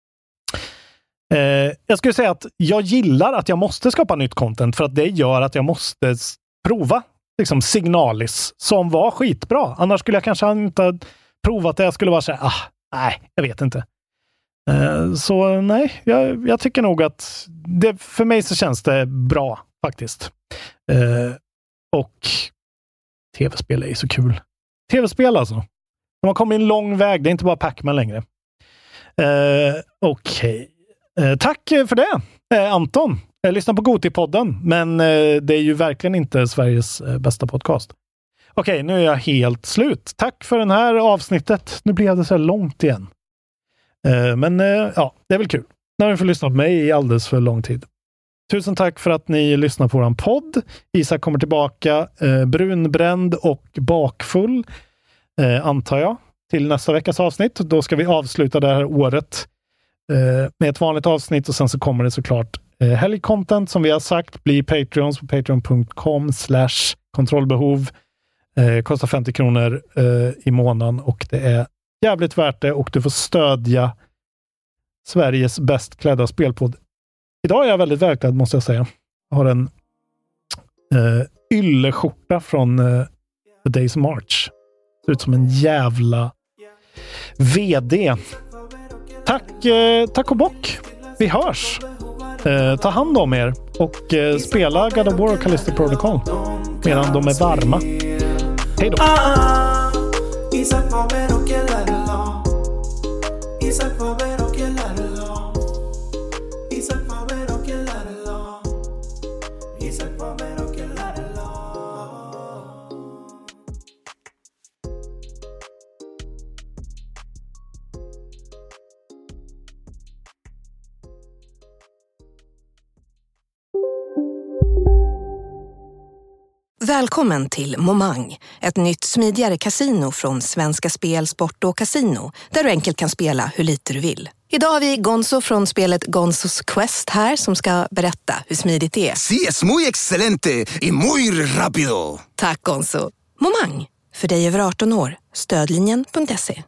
Eh, jag skulle säga att jag gillar att jag måste skapa nytt content för att det gör att jag måste prova liksom Signalis som var skitbra. Annars skulle jag kanske inte provat det. Jag skulle bara säga, ah, nej, jag vet inte. Uh, så nej, jag, jag tycker nog att det, för mig så känns det bra faktiskt. Uh, och tv-spel är så kul. Tv-spel alltså. De har kommit en lång väg. Det är inte bara Pac-Man längre. Uh, Okej. Okay. Uh, tack för det, uh, Anton. Jag lyssnar på Goti-podden, men uh, det är ju verkligen inte Sveriges uh, bästa podcast. Okej, okay, nu är jag helt slut. Tack för den här avsnittet. Nu blev det så här långt igen. Uh, men uh, ja, det är väl kul. När vi får lyssna på mig i alldeles för lång tid. Tusen tack för att ni lyssnar på våran podd. Isak kommer tillbaka uh, brunbränd och bakfull, uh, antar jag, till nästa veckas avsnitt. Då ska vi avsluta det här året uh, med ett vanligt avsnitt och sen så kommer det såklart uh, helgcontent som vi har sagt. Bli Patreons på patreon punkt com slash kontrollbehov. Uh, kostar femtio kronor uh, i månaden och det är jävligt värt det och du får stödja Sveriges bäst klädda spelpodd. Idag är jag väldigt välklädd måste jag säga. Jag har en uh, ylleskjorta från uh, The Days March. Ser ut som en jävla V D. Tack, uh, tack och bock. Vi hörs. Uh, ta hand om er och uh, spela God of War och Callisto Protocol medan de är varma. Hej då. Isak var med och gillade lag. Isak var med och gillade lag. Isak var med och gillade lag. Isak var med och gillade lag. Välkommen till Momang, ett nytt smidigare kasino från Svenska Spel, Sport och Casino, där du enkelt kan spela hur lite du vill. Idag har vi Gonzo från spelet Gonzos Quest här som ska berätta hur smidigt det är. Sí, es muy excelente y muy rápido. Tack Gonzo. Momang, för dig över arton år. Stödlinjen punkt se.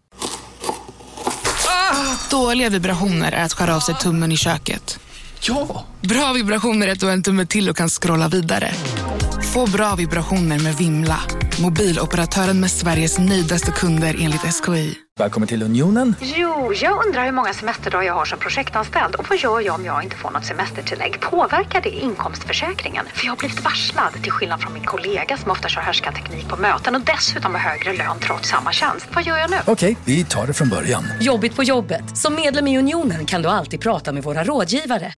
Ah, dåliga vibrationer är att skära av sig tummen i köket. Ja! Bra vibrationer är att du har en tumme till och kan scrolla vidare. Få bra vibrationer med Vimla. Mobiloperatören med Sveriges nöjdaste kunder enligt S K I. Välkommen till Unionen. Jo, jag undrar hur många semesterdagar jag har som projektanställd. Och vad gör jag om jag inte får något semestertillägg? Påverkar det inkomstförsäkringen? För jag har blivit varslad, till skillnad från min kollega som ofta kör härskarteknik på möten och dessutom har högre lön trots samma tjänst. Vad gör jag nu? Okej, vi tar det från början. Jobbigt på jobbet. Som medlem i Unionen kan du alltid prata med våra rådgivare.